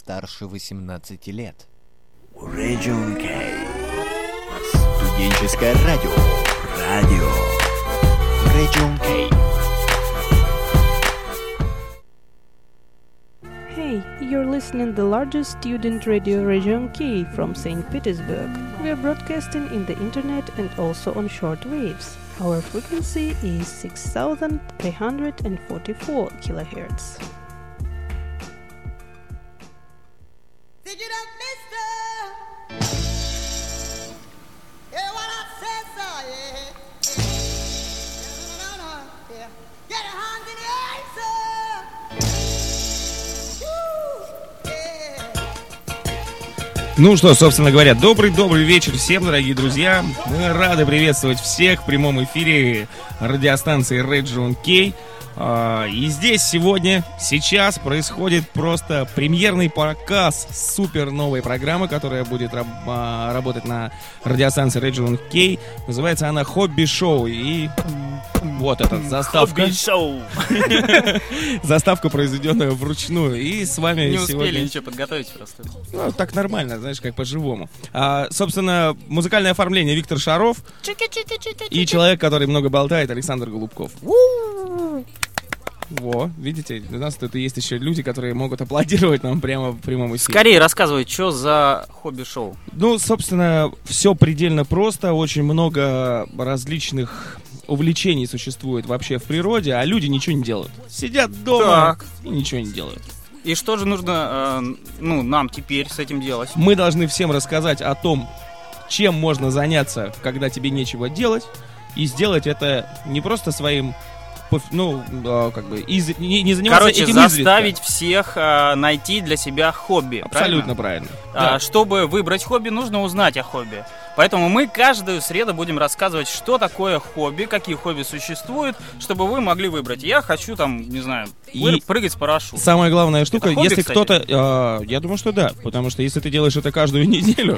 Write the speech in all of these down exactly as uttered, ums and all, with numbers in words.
старше восемнадцати лет. Region K. Студенческое радио. Радио. Region K. Hey, you're listening to the largest student radio Region K from Saint Petersburg. We are broadcasting in the internet and also on short waves. Our frequency is six thousand three hundred forty-four kilohertz. Did you not mister? Yeah, what I said, so, yeah. No, no, no, yeah. Get your hands in the air, sir. Woo, yeah. Ну что, собственно говоря, добрый-добрый вечер всем, дорогие друзья. Мы рады приветствовать всех в прямом эфире радиостанции Region K. И здесь сегодня, сейчас происходит просто премьерный показ супер новой программы, которая будет раб- работать на радиостанции Region K. Называется она «Хобби-шоу». И вот эта заставка. Хобби-шоу. Заставка, произведенная вручную. И с вами Не сегодня... успели ничего подготовить просто. Ну, так нормально, знаешь, как по-живому. А, собственно, музыкальное оформление Виктор Шаров. И человек, который много болтает, Александр Голубков. Во, видите, у нас тут есть еще люди, которые могут аплодировать нам прямо в прямом эфире. Скорее рассказывай, что за хобби-шоу. Ну, собственно, все предельно просто. Очень много различных увлечений существует вообще в природе, а люди ничего не делают. Сидят дома Так. и ничего не делают. И что же нужно, э, ну, нам теперь с этим делать? Мы должны всем рассказать о том, чем можно заняться, когда тебе нечего делать, и сделать это не просто своим, ну, как бы, из, не, не заниматься Короче, этим заставить изредка. всех э, найти для себя хобби. Абсолютно правильно. А, Да. Чтобы выбрать хобби, нужно узнать о хобби. Поэтому мы каждую среду будем рассказывать, что такое хобби, какие хобби существуют, чтобы вы могли выбрать. Я хочу там, не знаю, И прыгать с парашютом. Самая главная штука, Это хобби, если кстати? кто-то, э, я думаю, что да, потому что если ты делаешь это каждую неделю,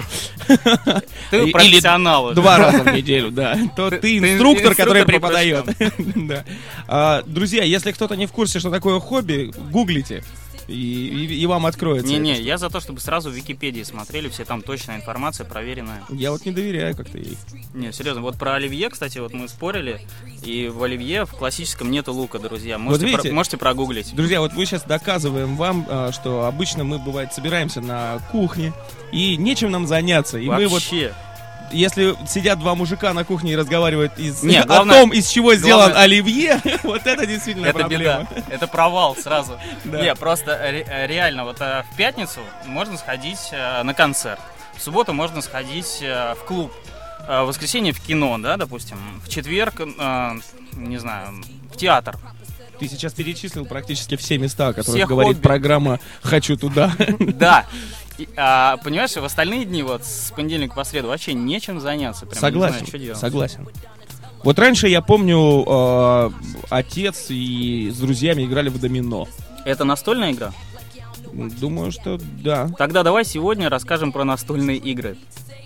Ты или профессионал уже. два раза в неделю, да, то Ты- ты ты инструктор, который инструктор по преподает. Да. А, Друзья, если кто-то не в курсе, что такое хобби, гуглите, и, и- и вам откроется. Не-не, это. я за то, чтобы сразу в Википедии смотрели, все там точная информация, проверенная. Я вот не доверяю как-то ей. Не, серьезно, вот про оливье, кстати, вот мы спорили, и в оливье в классическом нету лука, друзья. Можете, видите? про- можете прогуглить. Друзья, вот мы сейчас доказываем вам, а, что обычно мы, бывает, собираемся на кухне, и нечем нам заняться. И мы вот, Вообще. если сидят два мужика на кухне и разговаривают из, Не, о главное- том, из чего сделан главное- оливье, вот это действительно Это проблема. беда, это провал сразу. Да. Не, просто ре- реально, вот э, в пятницу можно сходить э, на концерт, в субботу можно сходить э, в клуб, э, в воскресенье в кино, да, допустим, в четверг, э, не знаю, в театр. Ты сейчас перечислил практически все места, о которых Все говорит хобби. программа «Хочу туда». Да. И, а, понимаешь, в остальные дни, вот с понедельника по среду, вообще нечем заняться. Прям не Согласен, знаю, что делать. согласен. Вот раньше, я помню, э, отец и с друзьями играли в домино. Это настольная игра? Думаю, что да. Тогда давай сегодня расскажем про настольные игры.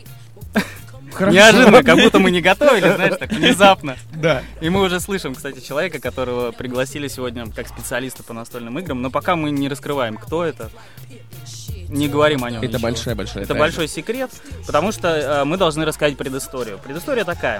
Хорошо. Неожиданно, как будто мы не готовили, знаешь, так внезапно. Да. И мы уже слышим, кстати, человека, которого пригласили сегодня как специалиста по настольным играм, но пока мы не раскрываем, кто это, не говорим о нем. Это большая-большая Это тайна. большой секрет, потому что э, мы должны рассказать предысторию. Предыстория такая.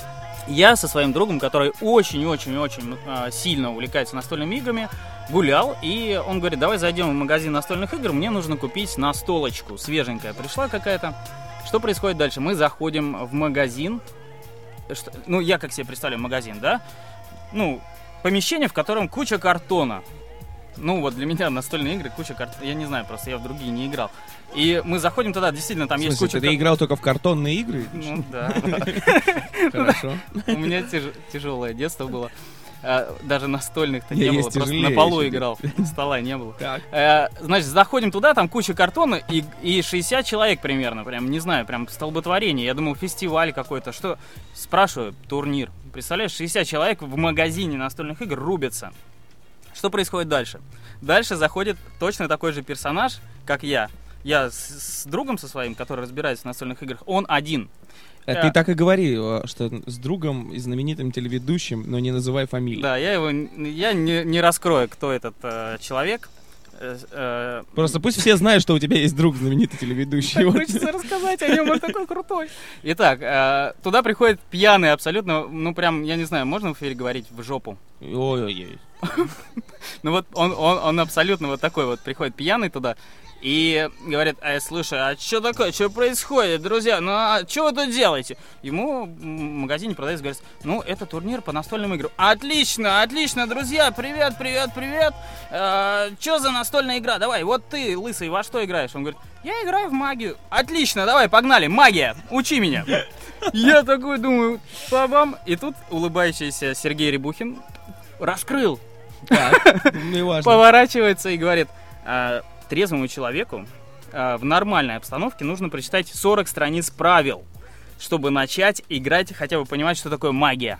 Я со своим другом, который очень-очень-очень э, сильно увлекается настольными играми, гулял, и он говорит, давай зайдем в магазин настольных игр, мне нужно купить настолочку. Свеженькая пришла какая-то. Что происходит дальше? Мы заходим в магазин. Что, ну, я как себе представляю магазин, да? Ну, помещение, в котором куча картона. Ну, вот для меня настольные игры, куча картона. Я не знаю, просто я в другие не играл. И мы заходим туда, действительно, там В есть смысле, куча... ты кар- играл только в картонные игры? Ну, да. Хорошо. У меня тяж- тяжелое детство было. А, Даже настольных-то Не, не было, есть просто тяжелее на полу еще. играл, стола не было. Так. Э, Значит, заходим туда, там куча картона и, и шестьдесят человек примерно, прям, не знаю, прям столботворение. Я думал, фестиваль какой-то, что? Спрашиваю, турнир. Представляешь, шестьдесят человек в магазине настольных игр рубятся. Что происходит дальше? Дальше заходит точно такой же персонаж, как я. Я с, с другом со своим, который разбирается в настольных играх, он один. А ты так и говори, что с другом и знаменитым телеведущим, но не называй фамилию. Да, я его я не, не раскрою, кто этот э, человек. Э, э, Просто пусть все знают, что у тебя есть друг знаменитый телеведущий. Так Вот. хочется рассказать о нем, он такой крутой. Итак, э, туда приходит пьяный абсолютно, ну прям, я не знаю, можно в эфире говорить в жопу? Ой-ой-ой. Ну вот он, он, он абсолютно вот такой вот, приходит пьяный туда и говорит: а, слушай, а что такое, что происходит, друзья, ну а что вы тут делаете? Ему в магазине продавец говорит: ну это турнир по настольным играм. Отлично, отлично, друзья, привет, привет, привет. Э, что за настольная игра? Давай, вот ты, лысый, во что играешь? Он говорит: я играю в магию. Отлично, давай, погнали, магия, учи меня. Я такой думаю, бабам. И тут улыбающийся Сергей Рябухин раскрыл, Ну и важно. поворачивается и говорит: «А, трезвому человеку а, в нормальной обстановке нужно прочитать сорок страниц правил, чтобы начать играть, хотя бы понимать, что такое магия.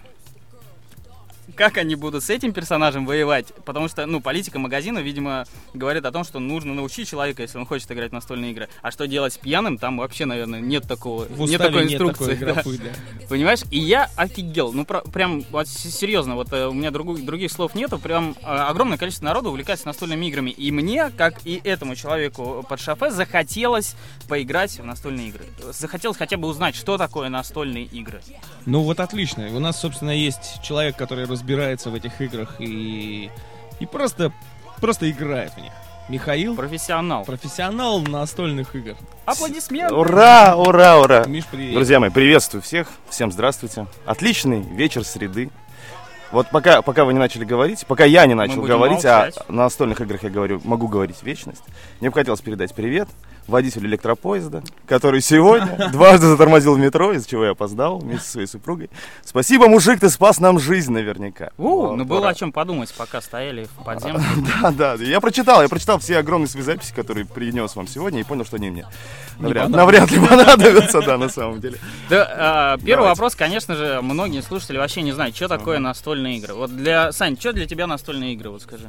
Как они будут с этим персонажем воевать? Потому что, ну, политика магазина, видимо, говорит о том, что нужно научить человека, если он хочет играть в настольные игры. А что делать с пьяным, там вообще, наверное, нет такого, В нет уставе такой нет инструкции. такой да. графы, да. Понимаешь? И я офигел. Ну, про- прям, вот, с- серьезно, вот э, у меня другу- других слов нету. Прям э, огромное количество народу увлекается настольными играми. И мне, как и этому человеку под шофе, захотелось поиграть в настольные игры. Захотелось хотя бы узнать, что такое настольные игры. Ну вот отлично. У нас, собственно, есть человек, который разбирается в этих играх и, и просто, просто играет в них. Михаил, Профессионал. профессионал настольных игр. Аплодисменты. Ура, ура, ура! Миш, привет. Друзья мои, приветствую всех, всем здравствуйте. Отличный вечер среды. Вот пока, пока вы не начали говорить, пока я не начал будем говорить, молчать. а на настольных играх я говорю, могу говорить вечность, мне бы хотелось передать привет водителю электропоезда, который сегодня дважды затормозил в метро, из-за чего я опоздал вместе со своей супругой. Спасибо, мужик, ты спас нам жизнь наверняка. У, Вот, ну было ура. о чем подумать, пока стояли в подземке. Да, да, я прочитал, я прочитал все огромные свои записи, которые принес вам сегодня, и понял, что они мне навряд, навряд ли понадобятся, да, на самом деле. Да, а, первый Давайте. вопрос, конечно же, многие слушатели вообще не знают, что такое настольные игры. Вот для Сань, что для тебя настольные игры, вот скажи.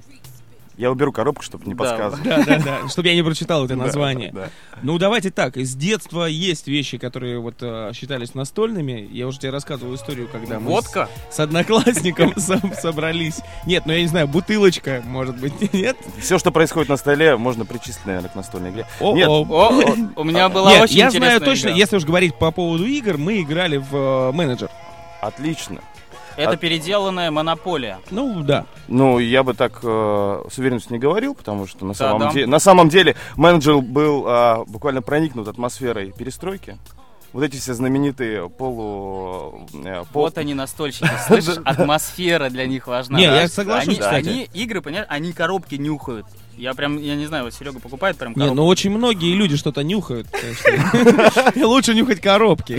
Я уберу коробку, чтобы не Да. подсказывать. Да, да, да. Чтобы я не прочитал это название. Да, да. Ну, давайте так. Из детства есть вещи, которые вот э, считались настольными. Я уже тебе рассказывал историю, когда мы Водка? с, с одноклассником со- собрались. Нет, ну я не знаю, бутылочка, может быть, нет? Все, что происходит на столе, можно причислить, наверное, к настольной игре. О, Нет, о. О, о, у меня была Нет, очень я интересная знаю точно, игра. если уж говорить по поводу игр, мы играли в э, менеджер. отлично. Это А- переделанная монополия. Ну, да. Ну, я бы так э, с уверенностью не говорил, потому что на самом, Да-да. де- на самом деле менеджер был э, буквально проникнут атмосферой перестройки. Вот эти все знаменитые полу... э, пол- Вот они настольщики, слышишь? Атмосфера для них важна. Не, да? я соглашусь, они, кстати. Они игры, понимаешь, они коробки нюхают. Я прям, я не знаю, вот Серега покупает прям Не, коробку. ну очень многие люди что-то нюхают. так что лучше нюхать коробки.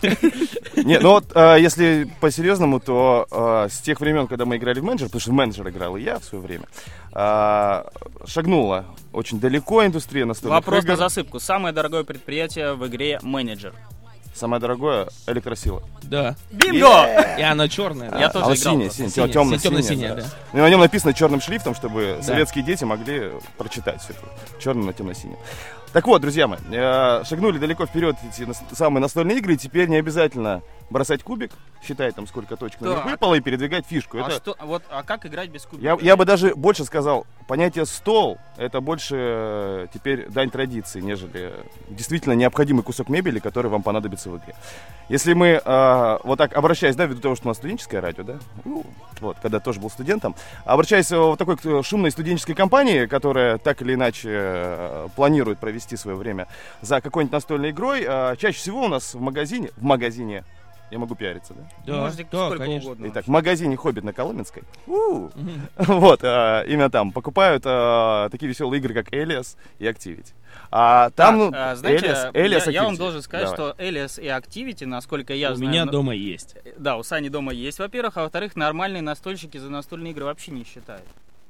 Не, ну вот, э, если по-серьезному, то э, с тех времен, когда мы играли в менеджер, потому что в менеджер играл и я в свое время, э, шагнула очень далеко индустрия настольных Вопрос игр. на засыпку. Самое дорогое предприятие в игре менеджер. Самое дорогое — электросила. Да. Бинго! И она черная. Я да? тоже А, играл синяя, просто. синяя, темно-синяя, темно-синяя, да. Ну, и на нем написано черным шрифтом, чтобы Да. советские дети могли прочитать все это. Черным на темно-синем. Так вот, друзья мои, э, шагнули далеко вперед эти нас- самые настольные игры, и теперь не обязательно бросать кубик, считать там сколько точек на Так. выпало, и передвигать фишку. А, Это- что, вот, а как играть без кубика? я, я бы даже больше сказал, понятие стол — это больше э, теперь дань традиции, нежели действительно необходимый кусок мебели, который вам понадобится в игре. Если мы, э, вот так обращаясь, да, ввиду того, что у нас студенческое радио, да, ну, вот, когда тоже был студентом, обращаясь в такой к шумной студенческой компании, которая так или иначе э, планирует провести свое время за какой-нибудь настольной игрой, э, чаще всего у нас в магазине, в магазине, я могу пиариться, да? Да, Можете да, сколько конечно. угодно. Итак, в магазине «Хоббит» на Коломенской, у, вот, а, именно там покупают а, такие веселые игры, как Элиас и Activity. А там, ну, А, знаете, Элиас, Элиас, я, я вам Activity. должен сказать, Давай. что Элиас и Activity, насколько я У знаю... меня ну, дома есть. Да, у Сани дома есть, во-первых, а во-вторых, нормальные настольщики за настольные игры вообще не считают.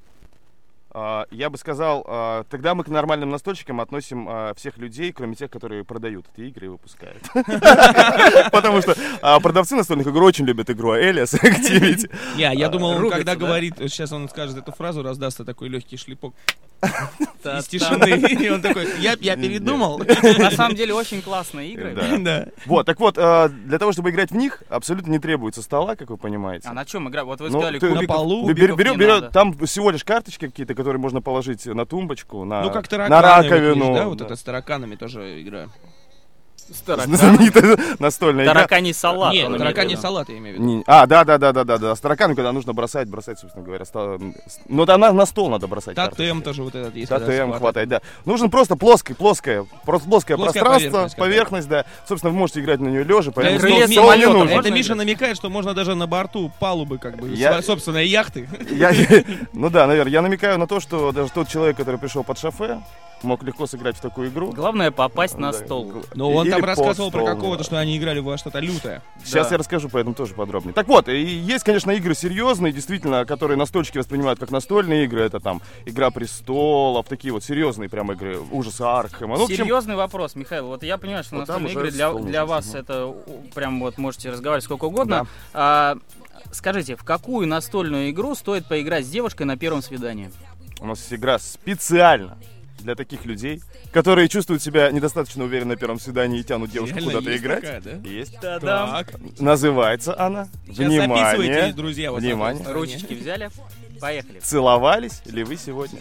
А, я бы сказал, а, тогда мы к нормальным настольщикам относим а, всех людей, кроме тех, которые продают эти игры и выпускают. Потому что а, продавцы настольных игр очень любят игру Элиас и Activity. Я, я думал, он рубится, когда да? говорит, вот сейчас он скажет эту фразу, раздастся такой легкий шлепок Та- из тишины. И он такой, я, я передумал. На самом деле очень классные игры. Да. Да. Вот, так вот, а, для того, чтобы играть в них, абсолютно не требуется стола, как вы понимаете. А на чем игра? Вот вы Ну, сказали, ты- кубиков, На полу. Бер- кубиков берё- не берё- надо. там всего лишь карточки какие-то, который можно положить на тумбочку, на, Ну, как на тараканы, раковину. видишь, да, вот Да. это с тараканами тоже игра. С таракан- Знаменитая настольная игра. Тараканий салат. Нет, он имеет тараканий в виду. салат я имею в виду. Не- А, да, да, да, да, да, да. С тараканом, когда нужно бросать, бросать, собственно говоря. ста- Ну, да, на, на стол надо бросать. Тотем карточки. тоже вот этот есть. когда Тотем схватывать. хватает, да. Нужно просто плоское, плоское, просто плоское, Плоская пространство, поверхность поверхность, да. Собственно, вы можете играть на нее лежа, Да, поэтому это, стол- крылья Ми- стол не самолета нужен. это можно Миша играть? намекает, что можно даже на борту палубы, как бы, Я- своей собственной яхты. Я- Ну да, наверное, я намекаю на то, что даже тот человек, который пришел под шофе, мог легко сыграть в такую игру. Главное попасть на Да, стол. Но он или там под рассказывал про стол, какого-то, да. что они играли во что-то лютое. Сейчас Да. я расскажу по этому тоже подробнее. Так вот, и есть, конечно, игры серьезные, действительно, которые настольщики воспринимают как настольные игры. Это там Игра престолов, такие вот серьезные прям игры, ужасы Аркхема. Ну, в общем, Серьезный вопрос, Михаил. Вот я понимаю, что Вот там настольные уже игры для, стол для нужен. вас Мгм. это у, прям вот можете разговаривать сколько угодно. А, скажите, в какую настольную игру стоит поиграть с девушкой на первом свидании? у нас есть игра специально для таких людей, которые чувствуют себя недостаточно уверенно на первом свидании и тянут девушку Реально куда-то есть играть. такая, да? Есть. Та-дам. Так, Называется она. сейчас Внимание. записывайте, друзья. вот Внимание. на той стороне. Ручечки взяли? Поехали. Целовались ли вы сегодня?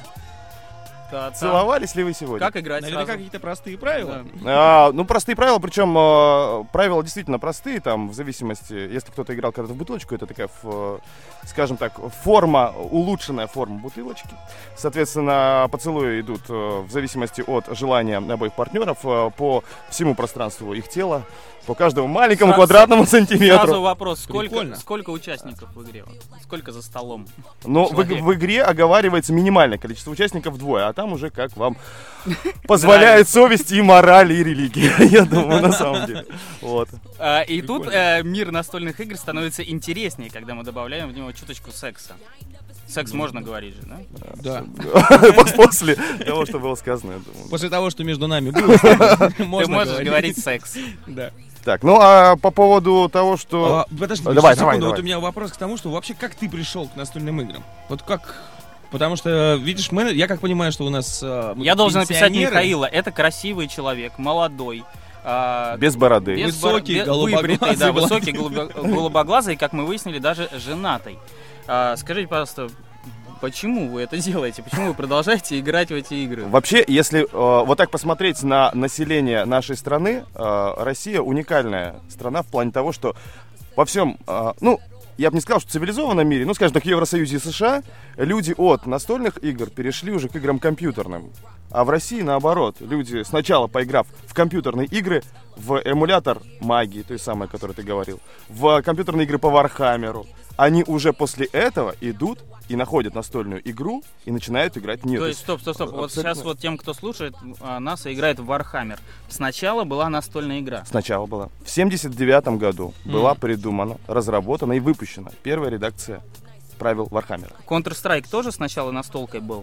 Та-та. Целовались ли вы сегодня? Как играть Наверняка сразу? какие-то простые правила. Да. А, ну, простые правила, причем э, правила действительно простые, там, в зависимости, если кто-то играл когда-то в бутылочку, это такая, ф- скажем так, форма, улучшенная форма бутылочки. Соответственно, поцелуи идут э, в зависимости от желания обоих партнеров э, по всему пространству их тела, по каждому маленькому Сразу- квадратному сантиметру. Сразу вопрос, сколько, Прикольно. сколько участников в игре? Вот? Сколько за столом? Но в, иг- Человек. в игре оговаривается минимальное количество участников двое, а там уже как вам позволяет совесть и мораль, и религия, я думаю, на самом деле. Вот. А, и тут э, мир настольных игр становится интереснее, когда мы добавляем в него чуточку секса. Секс можно говорить же, да? Да. После того, что было сказано, я думаю. После того, что между нами было, Ты можно можешь говорить секс. Да. Так, ну а по поводу того, что... А, подожди, Давай, еще давай, секунду, давай. вот у меня вопрос к тому, что вообще как ты пришел к настольным играм? Вот как... Потому что, видишь, мы, я как понимаю, что у нас... а, мы Я должен написать пенсионеры. Михаила. Это красивый человек, молодой. а, Без бороды. без Высокий, бор- бе- голубоглазый, выбритый, да, голубоглазый. высокий, голубо- голубоглазый, как мы выяснили, даже женатый. А, скажите, пожалуйста, почему вы это делаете? Почему вы продолжаете играть в эти игры? Вообще, если э, вот так посмотреть на население нашей страны, э, Россия уникальная страна в плане того, что во всем, э, ну, я бы не сказал, что в цивилизованном мире, ну, скажем так, в Евросоюзе и США, люди от настольных игр перешли уже к играм компьютерным. А в России, наоборот, люди, сначала поиграв в компьютерные игры, в эмулятор магии, той самой, о которой ты говорил, в компьютерные игры по Вархаммеру, они уже после этого идут и находят настольную игру и начинают играть в нее. То есть, стоп, стоп, стоп. Вот абсолютно. сейчас вот тем, кто слушает а, нас и играет в Warhammer. Сначала была настольная игра. Сначала была. В семьдесят девятом году была придумана, разработана и выпущена первая редакция правил Вархаммера. Counter-Strike тоже сначала настолкой был.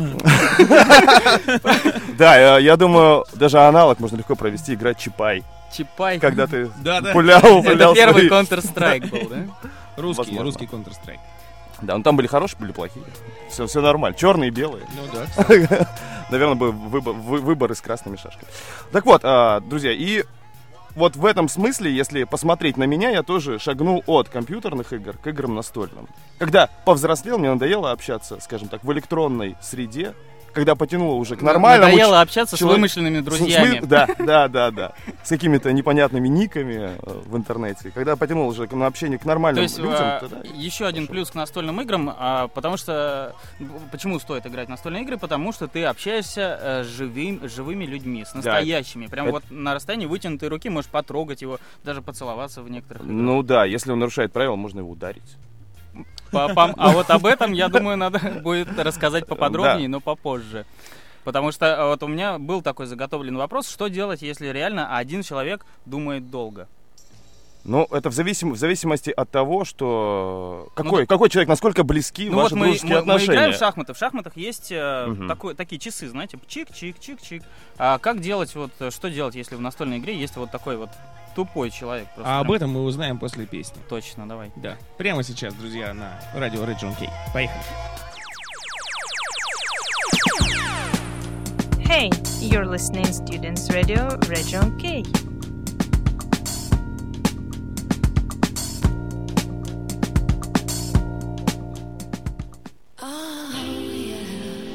Да, я, я думаю, даже аналог можно легко провести, играть Чипай. Чипай. Когда ты Да-да. пулял, Это пулял первый свои- Counter-Strike был, да? Русский, Возможно. русский Counter-Strike. Да, ну там были хорошие, были плохие. Все, все нормально. Черные и белые. Ну да. Наверное, был выбор, вы- выборы с красными шашками. Так вот, а, друзья, и вот в этом смысле, если посмотреть на меня, я тоже шагнул от компьютерных игр к играм настольным. Когда повзрослел, мне надоело общаться, скажем так, в электронной среде, когда потянуло уже к нормальному... Надоело общаться с человек- вымышленными С- друзьями. смы- Да, да, да, да. С какими-то непонятными никами э, в интернете. Когда потянул уже к- на общение к То нормальным есть людям, а, тогда... еще один плюс к настольным играм, а, потому что б- почему стоит играть в настольные игры? Потому что ты общаешься э, с живым, с живыми людьми, с настоящими. Прям Это- вот на расстоянии вытянутой руки можешь потрогать его, даже поцеловаться в некоторых играх. Ну да, если он нарушает правила, можно его ударить. Па-пам. А вот об этом, я думаю, надо будет рассказать поподробнее, но попозже. Потому что а, вот у меня был такой заготовленный вопрос, что делать, если реально один человек думает долго? Ну, это в, зависим... в зависимости от того, что... Ну, Какой, какой человек, насколько близки Ну ваши вот мы, дружеские мы, мы отношения. играем в шахматы. В шахматах есть э, Мгм. такой, такие часы, знаете, чик-чик-чик-чик. А как делать, вот, э, что делать, если в настольной игре есть вот такой вот тупой человек? Просто А об прям этом мы узнаем после песни. Точно, давай. Да. Прямо сейчас, друзья, на радио Region K. Поехали. Hey, you're listening Students Radio Region K. Oh, yeah.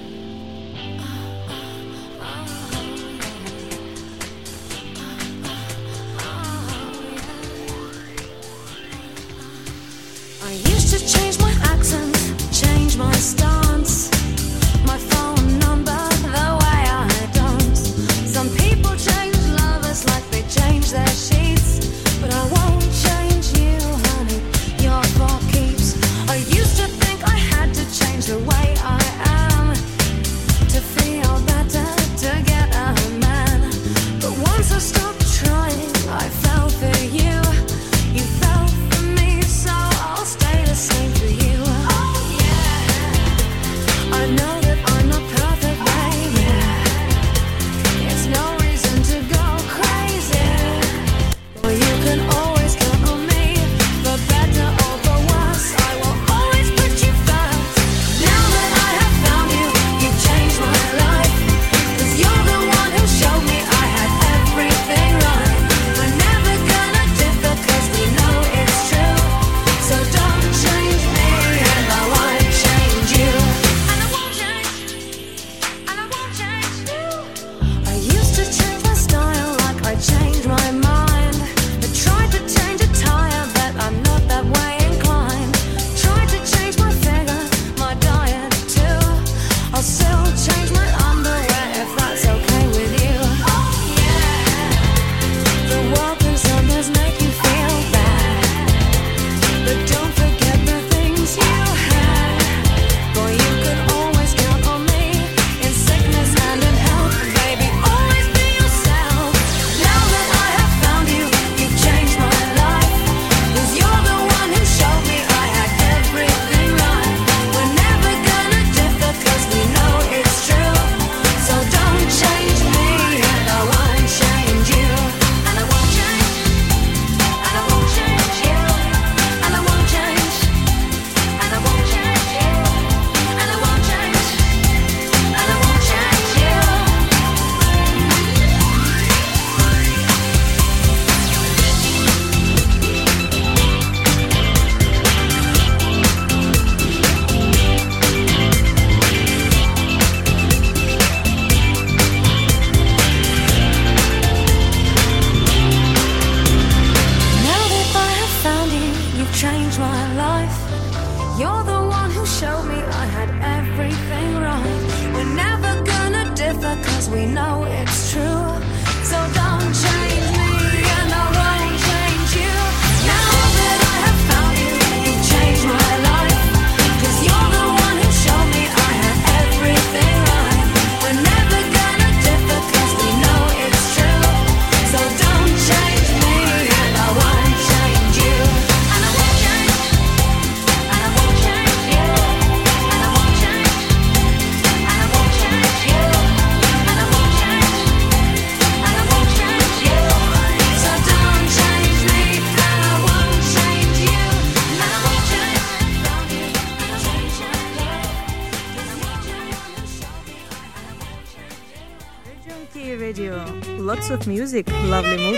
Country Radio. Lots of music, lovely mood.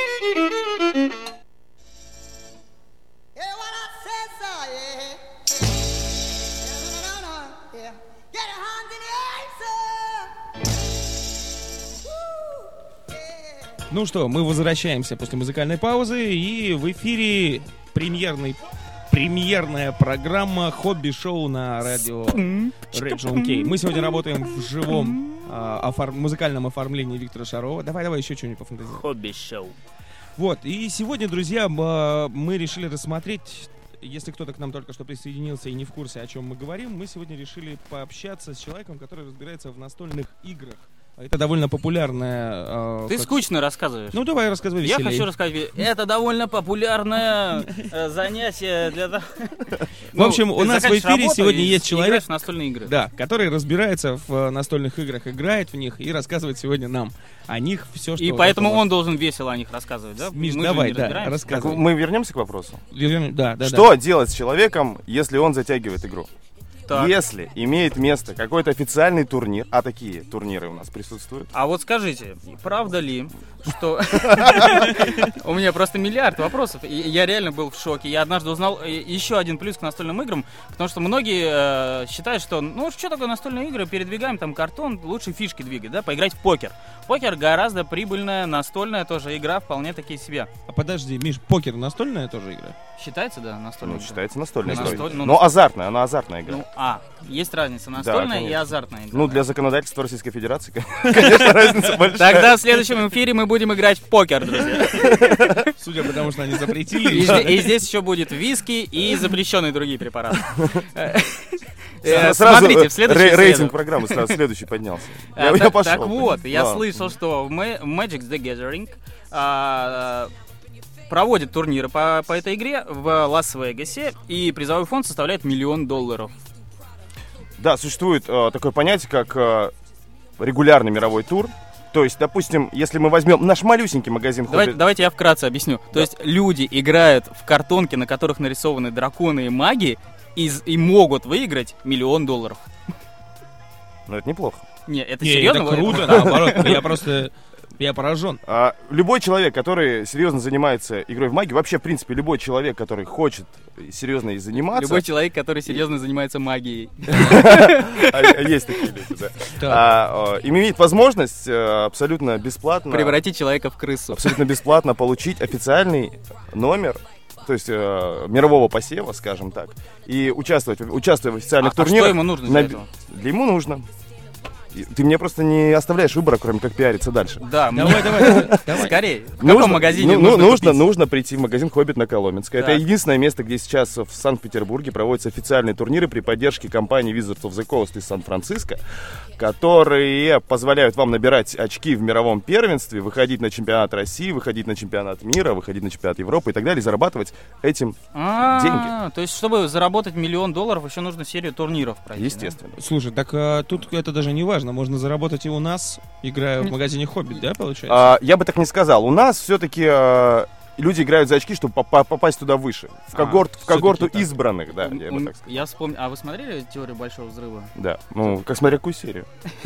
Hear what I say, sir, yeah. No, no, no, no, yeah. Get your hands in the air, sir. Woo, yeah. Ну что, мы возвращаемся после музыкальной паузы, и в эфире премьерный, премьерная программа «Хобби-шоу» на радио Region K. Мы сегодня работаем в живом а, офор- музыкальном оформлении Виктора Шарова. Давай-давай еще что-нибудь пофантазируем. Хобби-шоу. Вот, и сегодня, друзья, м- мы решили рассмотреть, если кто-то к нам только что присоединился и не в курсе, о чем мы говорим, мы сегодня решили пообщаться с человеком, который разбирается в настольных играх. Это довольно популярная... э, Ты как- скучно рассказываешь. Ну, давай рассказывай Я веселей. хочу рассказать, это довольно популярное э, занятие для того... В общем, у нас в эфире сегодня есть человек, Играешь в настольные игры. да, который разбирается в э, настольных играх, играет в них и рассказывает сегодня нам о них все, что... И поэтому он должен весело о них рассказывать, да? Миш, Мы же давай, не да, разбираемся. Так, рассказывай. мы вернемся к вопросу. Да, да, Что да. делать с человеком, если он затягивает игру? Так. Если имеет место какой-то официальный турнир, а такие турниры у нас присутствуют, А вот скажите, правда ли, что... У меня просто миллиард вопросов, и я реально был в шоке. Я однажды узнал э, еще один плюс к настольным играм, потому что многие э, считают, что, ну, что такое настольные игры, передвигаем там картон, лучше фишки двигать, да, поиграть в покер. Покер гораздо прибыльная, настольная тоже игра, вполне таки себе. А подожди, Миш, покер настольная тоже игра? Считается, да, настольная ну, игра? считается настольной Ну, игрой. настоль- ну, Но азартная, она азартная игра. Ну, а, есть разница, настольная и конечно. азартная игра. Ну, для законодательства Российской Федерации, конечно, разница большая. Тогда в следующем эфире мы будем играть в покер, друзья. Судя по тому, что они И, запретили. зде- и здесь еще будет виски и запрещенные другие препараты. Э, Сразу Смотрите, в следующую рей- рейтинг среду. программы сразу следующий поднялся. А, Я так- я пошел. Так вот, я Да. слышал, что в Ма- Magic the Gathering а, проводит турниры по, по этой игре в Лас-Вегасе, и призовой фонд составляет миллион долларов. Да, существует э, такое понятие, как э, регулярный мировой тур. То есть, допустим, если мы возьмем наш малюсенький магазин Давайте, «Хобби», давайте я вкратце объясню. То есть люди играют в картонки, на которых нарисованы драконы и маги, и, з- и могут выиграть миллион долларов. ну это неплохо. Не, это Не, серьезно? это круто, наоборот. Я просто... Я поражен. А, любой человек, который серьезно занимается игрой в магию, вообще, в принципе, любой человек, который хочет серьезно и заниматься... Любой человек, который серьезно занимается магией. а, Есть такие люди, да. Так. А, а, имеет возможность э, абсолютно бесплатно... Превратить человека в крысу. абсолютно бесплатно получить официальный номер, то есть э, мирового посева, скажем так, и участвовать, участвуя в официальных А- а турнирах. что ему нужно для на- этого? Для ему нужно. И ты мне просто не оставляешь выбора, кроме как пиариться дальше. Да, мне- Давай, давай, давай, давай. скорее. В Нужно- каком магазине ну, нужно ну, нужно, купить? нужно прийти в магазин «Хоббит» на Коломенской. Это Так. единственное место, где сейчас в Санкт-Петербурге проводятся официальные турниры при поддержке компании Wizards of the Coast из Сан-Франциско, которые позволяют вам набирать очки в мировом первенстве, выходить на чемпионат России, выходить на чемпионат мира, выходить на чемпионат Европы и так далее, и зарабатывать этим А, деньги. То есть, чтобы заработать миллион долларов, еще нужно серию турниров пройти. естественно. Слушай, так а, тут это даже не важно. Можно заработать и у нас, играя в магазине «Хоббит», да, получается? А, я бы так не сказал. У нас все-таки люди играют за очки, чтобы попа- попасть туда выше. В, А, когорт, в когорту всё-таки так. избранных, да, Да? я бы так сказал. Я вспомнил. А вы смотрели «Теорию большого взрыва»? Да, ну, как смотря какую серию.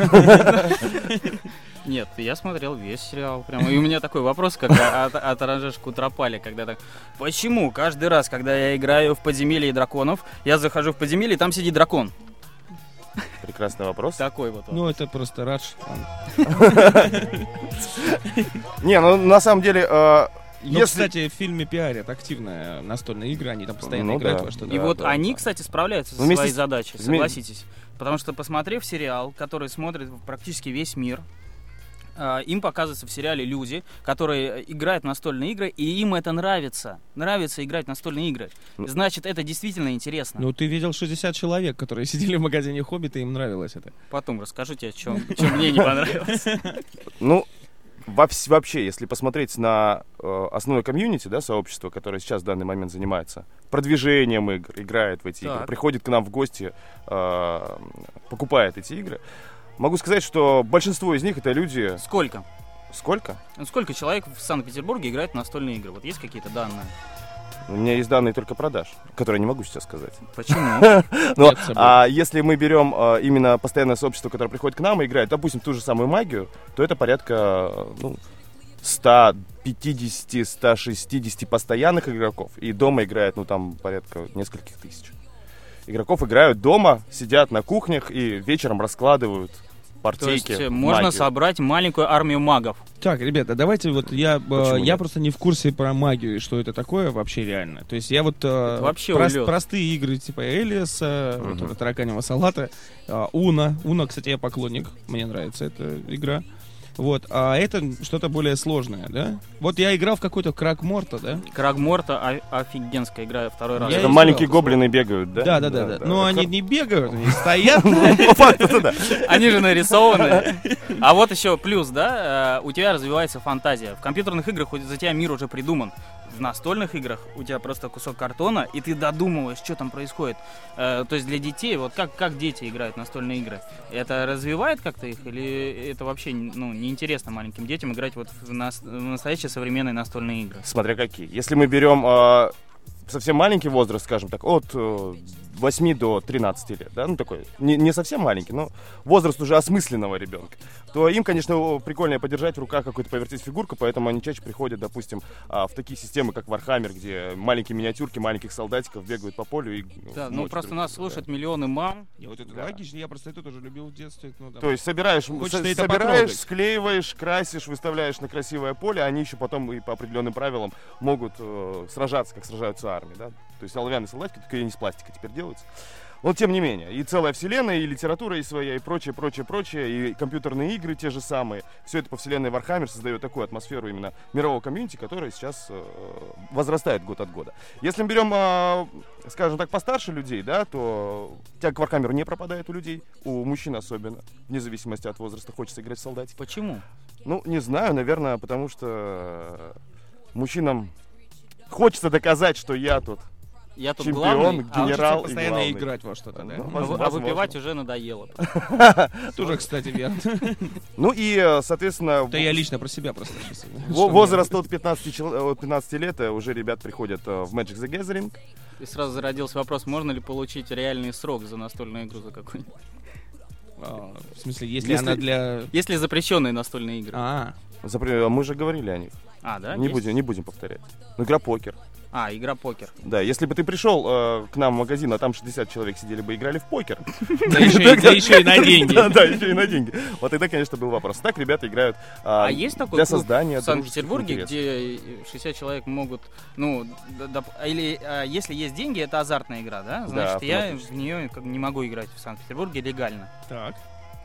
Нет, я смотрел весь сериал. Прямо. И у меня такой вопрос, как от, от Оранжеш Кутропали, когда так. Почему каждый раз, когда я играю в подземелье драконов, я захожу в подземелье, и там сидит дракон? Прекрасный вопрос. Такой вот. он. Ну, это просто радж. Не, ну на самом деле, э, Ну, если... кстати, в фильме пиарят активно настольные игры, они там постоянно Ну играют да. во что-то. И Да, вот да, они, да. кстати, справляются со Ну, вместе своей с- задачей, вме- согласитесь. Потому что, посмотрев сериал, который смотрит практически весь мир, а, им показываются в сериале люди, которые играют в настольные игры, и им это нравится. Нравится играть в настольные игры. Значит, это действительно интересно. Ну, ты видел шестьдесят человек, которые сидели в магазине «Хоббит», и им нравилось это. Потом расскажу тебе, что мне не понравилось. Ну, во вс- вообще, если посмотреть на э, основное комьюнити, да, сообщество, которое сейчас в данный момент занимается продвижением игр, играет в эти игры, Так. приходит к нам в гости, э, покупает эти игры, могу сказать, что большинство из них это люди... Сколько? Сколько? Ну, Сколько человек в Санкт-Петербурге играет в настольные игры? Вот есть какие-то данные? У меня есть данные только продаж, которые я не могу сейчас сказать. Почему? Но, Нет, собой. а если мы берем а, именно постоянное сообщество, которое приходит к нам и играет, допустим, ту же самую магию, то это порядка ну, сто пятьдесят - сто шестьдесят постоянных игроков. И дома играет, ну, там, порядка нескольких тысяч. Игроков играют дома, сидят на кухнях и вечером раскладывают партийки. То есть э, можно магию. собрать маленькую армию магов. Так, ребята, давайте вот я, э, Почему я нет? просто не в курсе про магию и что это такое вообще реально. То есть я вот э, вообще прос- улет. простые игры типа Элиаса, Мгм. вот этого тараканьего салата, э, Уна. Уна, кстати, я поклонник, мне нравится эта игра. Вот, а это что-то более сложное, да? Вот я играл в какой-то Крагморта, да? Крагморта о- офигенская игра, второй раз. Я Это играл. маленькие гоблины бегают, да? Да, да, да, да. Но они не бегают, они стоят. По факту, да. Они же нарисованы. А вот еще плюс, да, э, у тебя развивается фантазия. В компьютерных играх у- за тебя мир уже придуман. В настольных играх у тебя просто кусок картона, и ты додумываешь, что там происходит. Э, то есть для детей, вот как, как дети играют в настольные игры? Это развивает как-то их, или это вообще ну, неинтересно маленьким детям играть вот в, нас- в настоящие современные настольные игры? Смотря какие. Если мы берем а, совсем маленький возраст, скажем так, от э, восьми до тринадцати лет, да, ну такой, не, не совсем маленький, но возраст уже осмысленного ребенка, то им, конечно, прикольно подержать в руках какую-то повертеть фигурку, поэтому они чаще приходят, допустим, а, в такие системы, как Warhammer, где маленькие миниатюрки, маленьких солдатиков бегают по полю и Да, ну мочат просто друг нас друга, слушают миллионы мам. И вот это Да. логично, я просто это тоже любил в детстве. ну, да. там. То есть собираешь, Хочется со- это собираешь, потрогать. склеиваешь, красишь, выставляешь на красивое поле, они еще потом и по определенным правилам могут э, сражаться, как сражаются армии, да. То есть оловянные солдатики, только они из пластика теперь делаются. Но тем не менее, и целая вселенная, и литература и своя, и прочее, прочее, прочее, и компьютерные игры те же самые. Все это по вселенной Warhammer создает такую атмосферу именно мирового комьюнити, которая сейчас э, возрастает год от года. Если мы берем, э, скажем так, постарше людей, да, то тяга к Warhammer не пропадает у людей, у мужчин особенно, вне зависимости от возраста, хочется играть в солдатики. Почему? Ну, не знаю, наверное, потому что мужчинам хочется доказать, что я тут Я тут чемпион, главный, А генерал хочется и постоянно главный. играть во что-то, да? Ну, а, воз- вы- а возможно. выпивать уже надоело. Тоже, кстати, верно. Ну и, э, соответственно, Да я лично про себя просто сейчас. во- возраст от пятнадцати, чел- от пятнадцати лет э, уже ребят приходят э, в Magic the Gathering. И сразу зародился вопрос, можно ли получить реальный срок за настольную игру за какой-нибудь? А, В смысле, если Если- она для... Есть ли запрещенные настольные игры? А, Запре- Мы же говорили о них. А, да? Не есть? будем, не будем повторять. Ну, игра покер. А, игра покер. Да, если бы ты пришел э, к нам в магазин, а там шестьдесят человек сидели бы и играли в покер. да еще, и- да еще и на деньги. Да, да, еще и на деньги. Вот тогда, конечно, был вопрос. Так ребята играют а, А есть такой для клуб создания в Санкт-Петербурге, дружеских где шестьдесят человек могут, ну, д- доп- или а, если есть деньги, это азартная игра, да? Значит, я автоматически. в нее как не могу играть в Санкт-Петербурге легально. Так.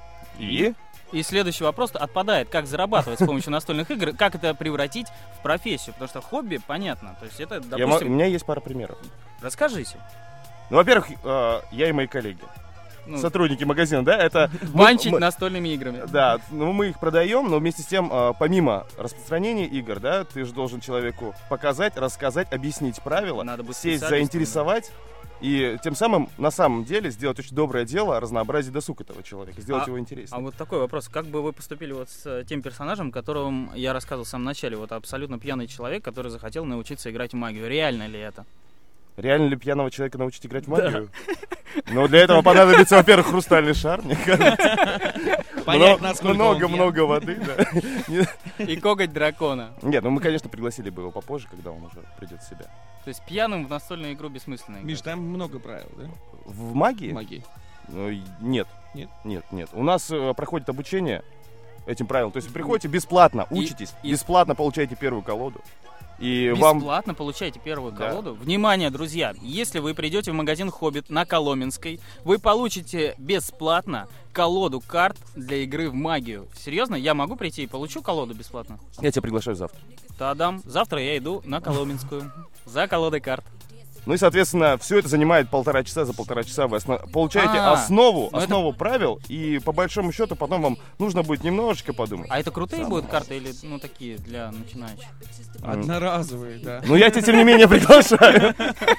И? И следующий вопрос отпадает, как зарабатывать с помощью настольных игр, как это превратить в профессию, потому что хобби, понятно, то есть это, Я мо- у допустим, меня есть пара примеров. расскажите. Ну, во-первых, э, я и мои коллеги, Ну, сотрудники магазина, да, это... мы- банчить мы- настольными играми. Да, ну мы их продаем, но вместе с тем, э, помимо распространения игр, да, ты же должен человеку показать, рассказать, объяснить правила, Надо быть сесть, специалистом, заинтересовать, и тем самым, на самом деле, сделать очень доброе дело, разнообразить досуг этого человека, сделать его интереснее. А вот такой вопрос, как бы вы поступили вот с э, тем персонажем, которым я рассказывал в самом начале, вот абсолютно пьяный человек, который захотел научиться играть в магию, реально ли это? Реально ли пьяного человека научить играть в магию? Ну, для этого понадобится, во-первых, хрустальный шар, мне кажется. Понять, Мно- насколько он Много-много воды, да. Не- И коготь дракона. Нет, ну мы, конечно, пригласили бы его попозже, когда он уже придет в себя. То есть пьяным в настольную игру бессмысленно играть. Миш, там много правил, да? В магии? Магии. Ну, и- нет. Нет? Нет, нет. У нас э, проходит обучение этим правилам. То есть вы приходите бесплатно, И- учитесь, и- бесплатно получаете первую колоду. И вам... Бесплатно получаете первую Да. колоду. Внимание, друзья, если вы придете в магазин Хоббит на Коломенской, вы получите бесплатно колоду карт для игры в магию. Серьезно? Я могу прийти и получу колоду бесплатно? Я тебя приглашаю завтра. Тадам. Завтра я иду на Коломенскую за колодой карт. Ну и, соответственно, все это занимает полтора часа. За полтора часа вы осно- получаете А, основу, ну это- основу правил, и по большому счету потом вам нужно будет немножечко подумать. А это крутые будут карты или, ну, такие для начинающих? Одноразовые, да. Ну я тебя, тем не менее, приглашаю.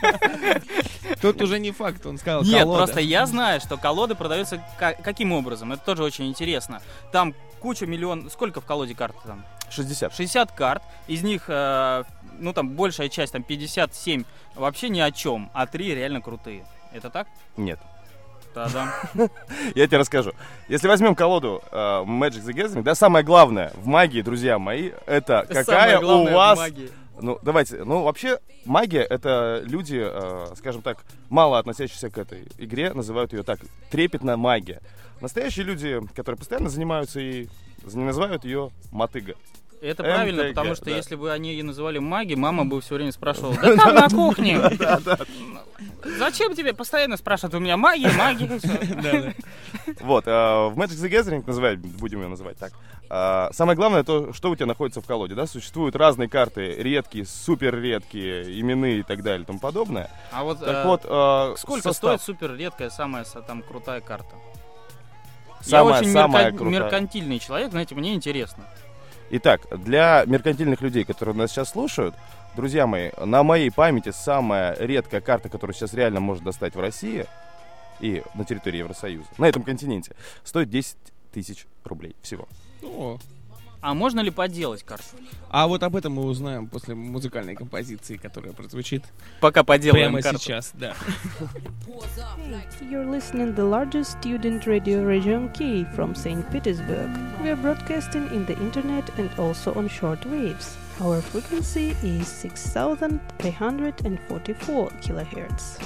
Тут уже не факт, он сказал Нет, колода. просто я знаю, что колоды продаются ка- каким образом. Это тоже очень интересно. Там куча миллион... Сколько в колоде карт там? шестьдесят. шестьдесят карт, из них, э, ну там большая часть, там пятьдесят семь вообще ни о чем, а три реально крутые. Это так? Нет. Да-да. Я тебе расскажу. Если возьмем колоду э, Magic the Gathering, да, самое главное в магии, друзья мои, это какая у вас... Ну, давайте, ну, вообще, магия — это люди, э, скажем так, мало относящиеся к этой игре, называют ее так, трепетная магия. Настоящие люди, которые постоянно занимаются ей, называют ее мотыга. Это правильно, МТГ, потому что да. если бы они ее называли магией, мама бы все время спрашивала: да там на кухне! Зачем тебе постоянно спрашивают у меня магия, магия? Вот, в Magic the Gathering, называть, будем ее называть так, самое главное то, что у тебя находится в колоде, да, существуют разные карты, редкие, супер редкие, именные и так далее и тому подобное. А вот, так э, вот э, сколько состав. стоит супер редкая, самая там крутая карта? Самая, Я очень самая мерка- крутая. меркантильный человек, знаете, мне интересно. Итак, для меркантильных людей, которые нас сейчас слушают, друзья мои, на моей памяти самая редкая карта, которую сейчас реально можно достать в России и на территории Евросоюза, на этом континенте, стоит десять тысяч рублей всего. О. А можно ли подделать карту? А вот об этом мы узнаем после музыкальной композиции, которая прозвучит Пока поделаем прямо карту. сейчас, да. Hey, you're listening the largest student radio Region K from Saint Petersburg. We are broadcasting in the internet and also on short waves. Our frequency is six thousand three hundred forty-four kilohertz.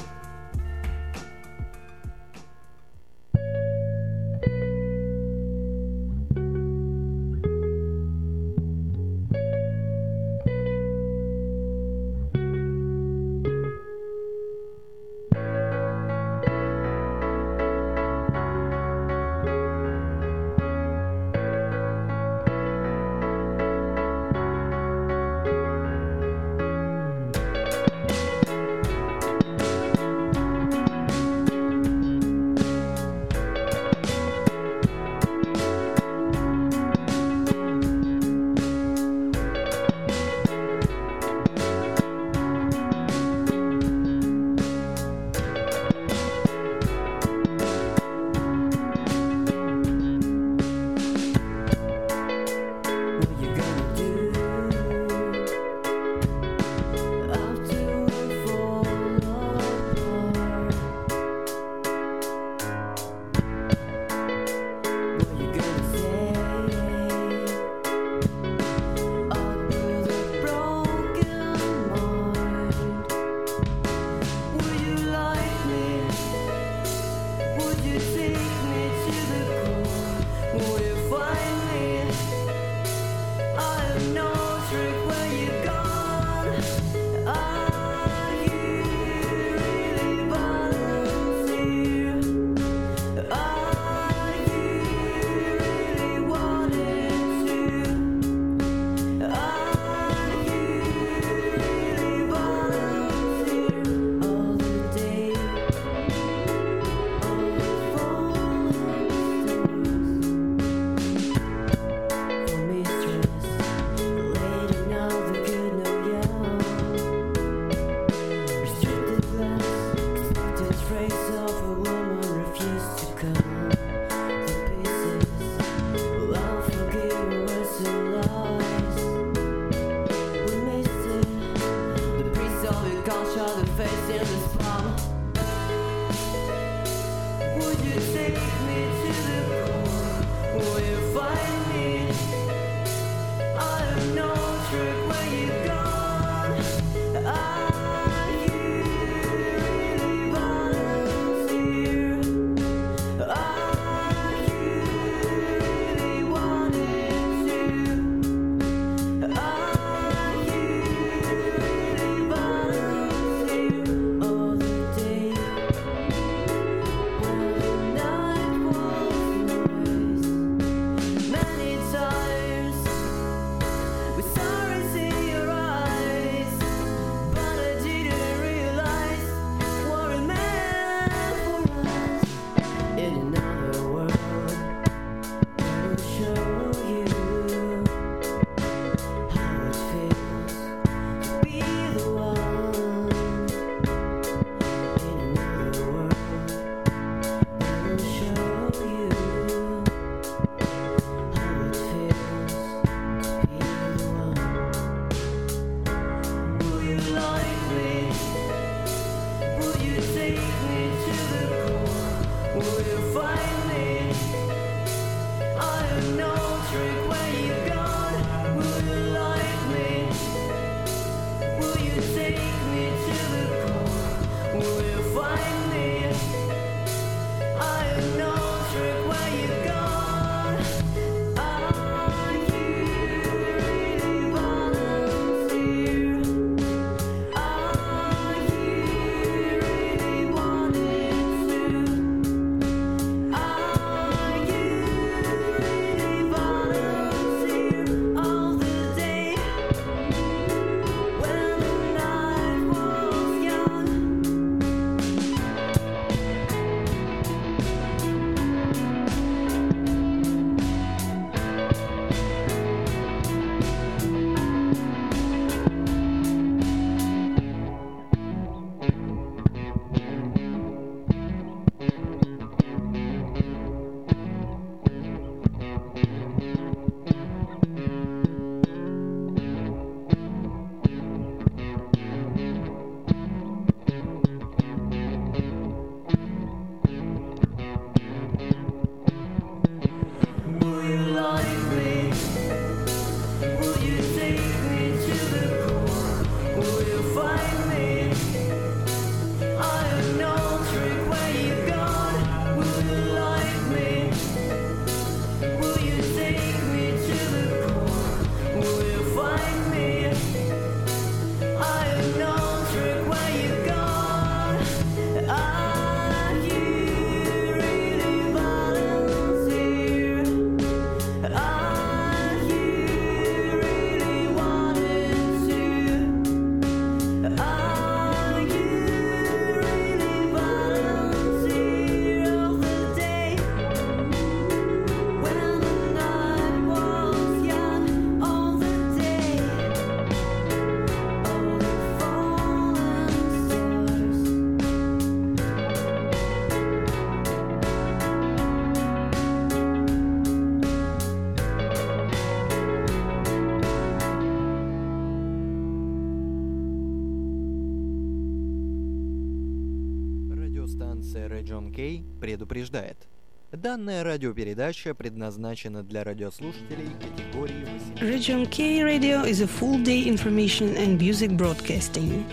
Радиостанция Region K предупреждает. Данная радиопередача предназначена для радиослушателей категории восемнадцать. Region K Radio is a full-day information and music broadcasting.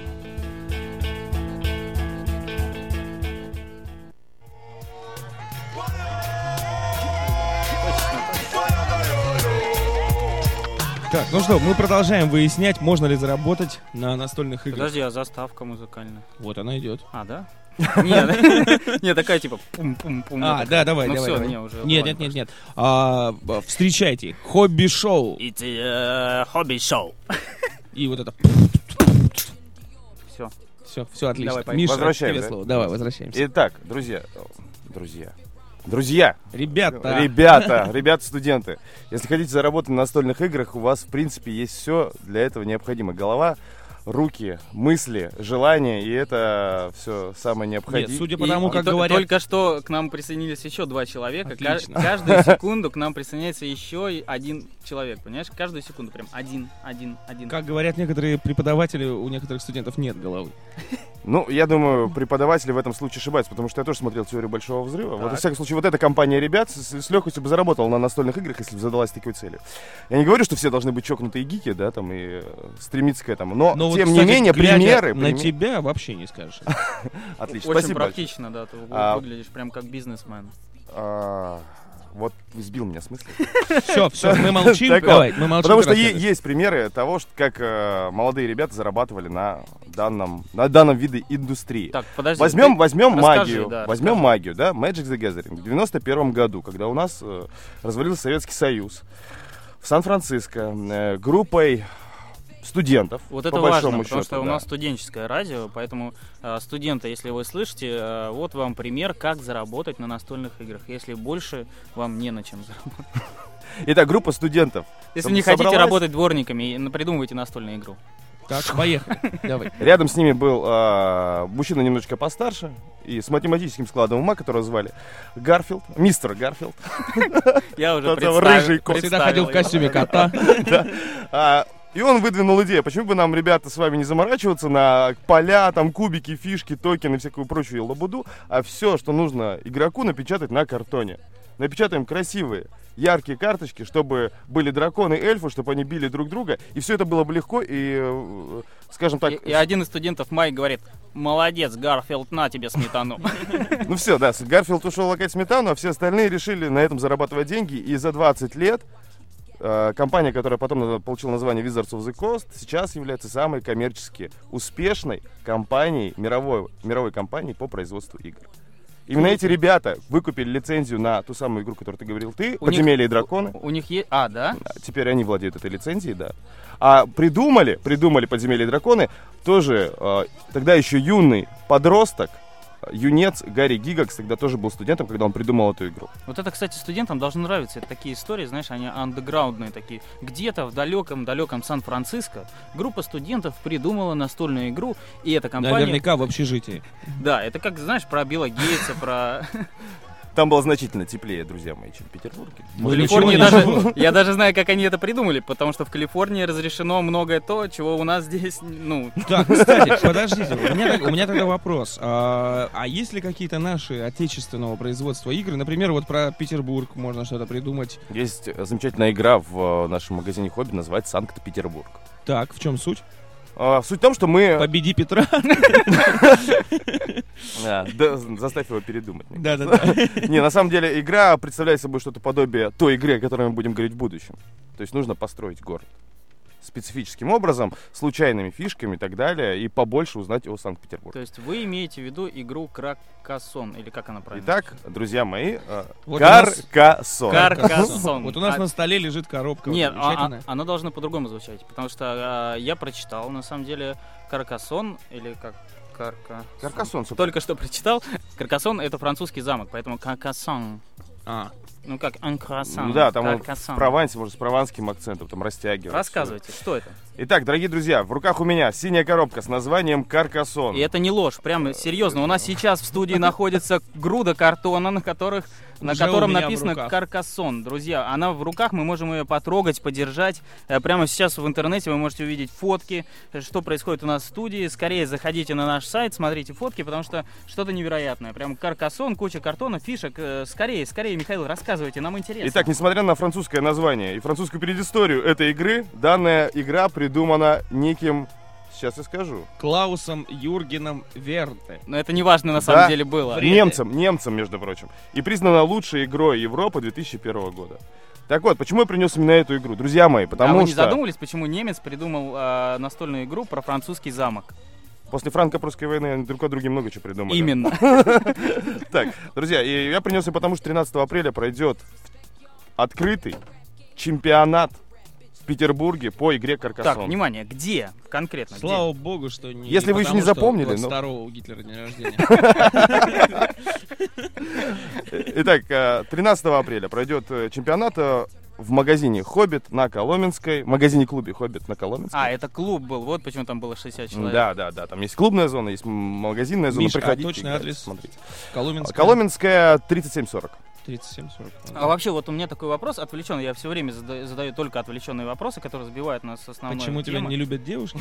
Так, ну что, мы продолжаем выяснять, можно ли заработать на настольных играх. Подожди, а заставка музыкальная? Вот она идет. А, да? Нет, нет, такая типа пум-пум-пум. А, да, давай, ну давай. Все, давай. не, уже нет, нет, нет, нет. А, встречайте, хобби-шоу. It's a hobby show. И вот это. Все. Все, все отлично. Давай, поехали. Миша, Возвращаем, тебе да? слово. Давай, возвращаемся. Итак, друзья, друзья, друзья, Ребята. ребята, ребята-студенты, если хотите заработать на настольных играх, у вас, в принципе, есть все для этого необходимо. Голова, руки, мысли, желания, и это все самое необходимое. Нет, судя по И- тому, и как то- говорят... Только что к нам присоединились еще два человека. Ка- Отлично. Каждую секунду к нам присоединяется еще и один человек. Понимаешь? Каждую секунду прям один, один, один. Как говорят некоторые преподаватели, у некоторых студентов нет головы. Ну, я думаю, преподаватели в этом случае ошибаются, потому что я тоже смотрел «Теорию большого взрыва». Вот, Так. во всяком случае, вот эта компания ребят с, с легкостью бы заработала на настольных играх, если бы задалась такой целью. Я не говорю, что все должны быть чокнутые гики, да, там, и э, стремиться к этому, но, Но вот, тем кстати, не менее, глядя примеры... на пример- тебя вообще не скажешь. Отлично, Очень спасибо. практично, да. Ты вы- А- выглядишь прям как бизнесмен. А, вот сбил меня с мысли. Все, все, мы молчим. Так вот, Давай, мы молчим. Потому ты что е- рассказывай. есть примеры того, что, как э, молодые ребята зарабатывали на данном, на данном виде индустрии. Так, подожди. Возьмем, ты возьмем расскажи, магию, да, возьмем расскажи. магию, да, Magic the Gathering. В девяносто первом году, когда у нас э, развалился Советский Союз, в Сан-Франциско э, группой студентов, Вот по это большому важно, потому счету, что у да. нас студенческое радио, поэтому э, студенты, если вы слышите, э, вот вам пример, как заработать на настольных играх, если больше вам не на чем заработать. Итак, группа студентов. Если соб- не хотите собралась. работать дворниками, и придумывайте настольную игру. Так, поехали. Давай. Рядом с ними был э, мужчина немножечко постарше и с математическим складом ума, которого звали Гарфилд, мистер Гарфилд. Я уже Тот представил. самый рыжий кот. Всегда ходил в костюме кота. А, и он выдвинул идею, почему бы нам, ребята, с вами не заморачиваться на поля, там, кубики, фишки, токены, всякую прочую лабуду, а все, что нужно игроку, напечатать на картоне. Напечатаем красивые, яркие карточки, чтобы были драконы, эльфы, чтобы они били друг друга, и все это было бы легко, и, э, скажем так... И, и один из студентов Майк говорит: молодец, Гарфилд, на тебе сметану. Ну все, да, Гарфилд ушел лакать сметану, а все остальные решили на этом зарабатывать деньги, и за двадцать лет э, компания, которая потом получила название Wizards of the Coast, сейчас является самой коммерчески успешной компанией, мировой, мировой компанией по производству игр. Именно эти ребята выкупили лицензию на ту самую игру, которую ты говорил ты, У «Подземелья них- и драконы». У них есть... А, да? Теперь они владеют этой лицензией, да. А придумали, придумали «Подземелья и драконы» тоже э, тогда еще юный подросток, юнец Гарри Гигакс, тогда тоже был студентом, когда он придумал эту игру. Вот это, кстати, студентам должно нравиться. Это такие истории, знаешь, они андеграундные такие. Где-то в далеком-далеком Сан-Франциско группа студентов придумала настольную игру, и эта компания... Наверняка в общежитии. Да, это как, знаешь, про Билла Гейтса, про... Там было значительно теплее, друзья мои, чем в Петербурге. В Ну, или Калифорнии чего не даже... жило. Я даже знаю, как они это придумали, потому что в Калифорнии разрешено многое то, чего у нас здесь, ну... Так, кстати, подождите, у меня, так- у меня тогда вопрос. А, а есть ли какие-то наши отечественного производства игры? Например, вот про Петербург можно что-то придумать. Есть э, замечательная игра в э, нашем магазине «Хобби», называется «Санкт-Петербург». Так, в чем суть? А, суть в том, что мы... Победи Петра. А, да, заставь его передумать. мне Да-да-да. кажется. Не, на самом деле, игра представляет собой что-то подобие той игры, о которой мы будем говорить в будущем. То есть нужно построить город специфическим образом, случайными фишками и так далее, и побольше узнать о То Санкт-Петербурге. есть вы имеете в виду игру Кракасон, или как она правильно? Итак, друзья мои, э, Вот у нас- Каркасон. Каркасон. Вот у нас А- на столе лежит коробка. вот Нет, а- а- замечательная. оно должно по-другому звучать, потому что а, я прочитал, на самом деле, Каркасон, или как Карка... Каркасон, собственно. Только что прочитал. Каркасон — это французский замок, поэтому Каркасон. А, Ну как, un croissant. Да, там он Каркасан. в Провансе, может, с прованским акцентом, там растягивается. Рассказывайте, что это? Итак, дорогие друзья, в руках у меня синяя коробка с названием «Каркасон». И это не ложь, прям серьезно. У нас сейчас в студии находится груда картона, на которых на Уже у котором меня в написано руках. «Каркасон». Друзья, она в руках, мы можем ее потрогать, подержать. Э, Прямо сейчас в интернете вы можете увидеть фотки, э, что происходит у нас в студии. Скорее заходите на наш сайт, смотрите фотки, потому что что-то невероятное. Прям «Каркасон», куча картона, фишек. Э, Скорее, скорее, Михаил, рассказывайте, нам интересно. Итак, несмотря на французское название и французскую предысторию этой игры, данная игра придумана неким, сейчас я скажу, Клаусом Юргеном Верде. Но это не важно на Да. самом деле было. Вред. немцем, немцем, между прочим, и признана лучшей игрой Европы две тысячи первого года. Так вот, почему я принес именно эту игру? Друзья мои, А потому вы не что задумывались, почему немец придумал э, настольную игру про французский замок? после франко-прусской войны они друг о друге много чего придумали. Именно. Так, друзья, и я принес ее потому, что тринадцатого апреля пройдет открытый чемпионат в Петербурге по игре «Каркасон». Так, внимание, где конкретно? где? Слава богу, что не Если вы еще не потому, что запомнили, двадцать но- второго у Гитлера день рождения. Итак, э, тринадцатого апреля пройдет э, чемпионат э, в магазине «Хоббит» на Коломенской, в магазине-клубе «Хоббит» на Коломенской. А, это клуб был, вот почему там было шестьдесят человек. Да, да, да, там есть клубная зона, есть м- магазинная зона. Миш, а Приходите, точный играйте, адрес? смотрите. Коломенская. Коломенская тридцать семь сорок. тридцать семь сорок. А вообще, вот у меня такой вопрос отвлеченный. Я все время зада- задаю только отвлеченные вопросы, которые сбивают нас с основной Почему тебя темы. не любят девушки?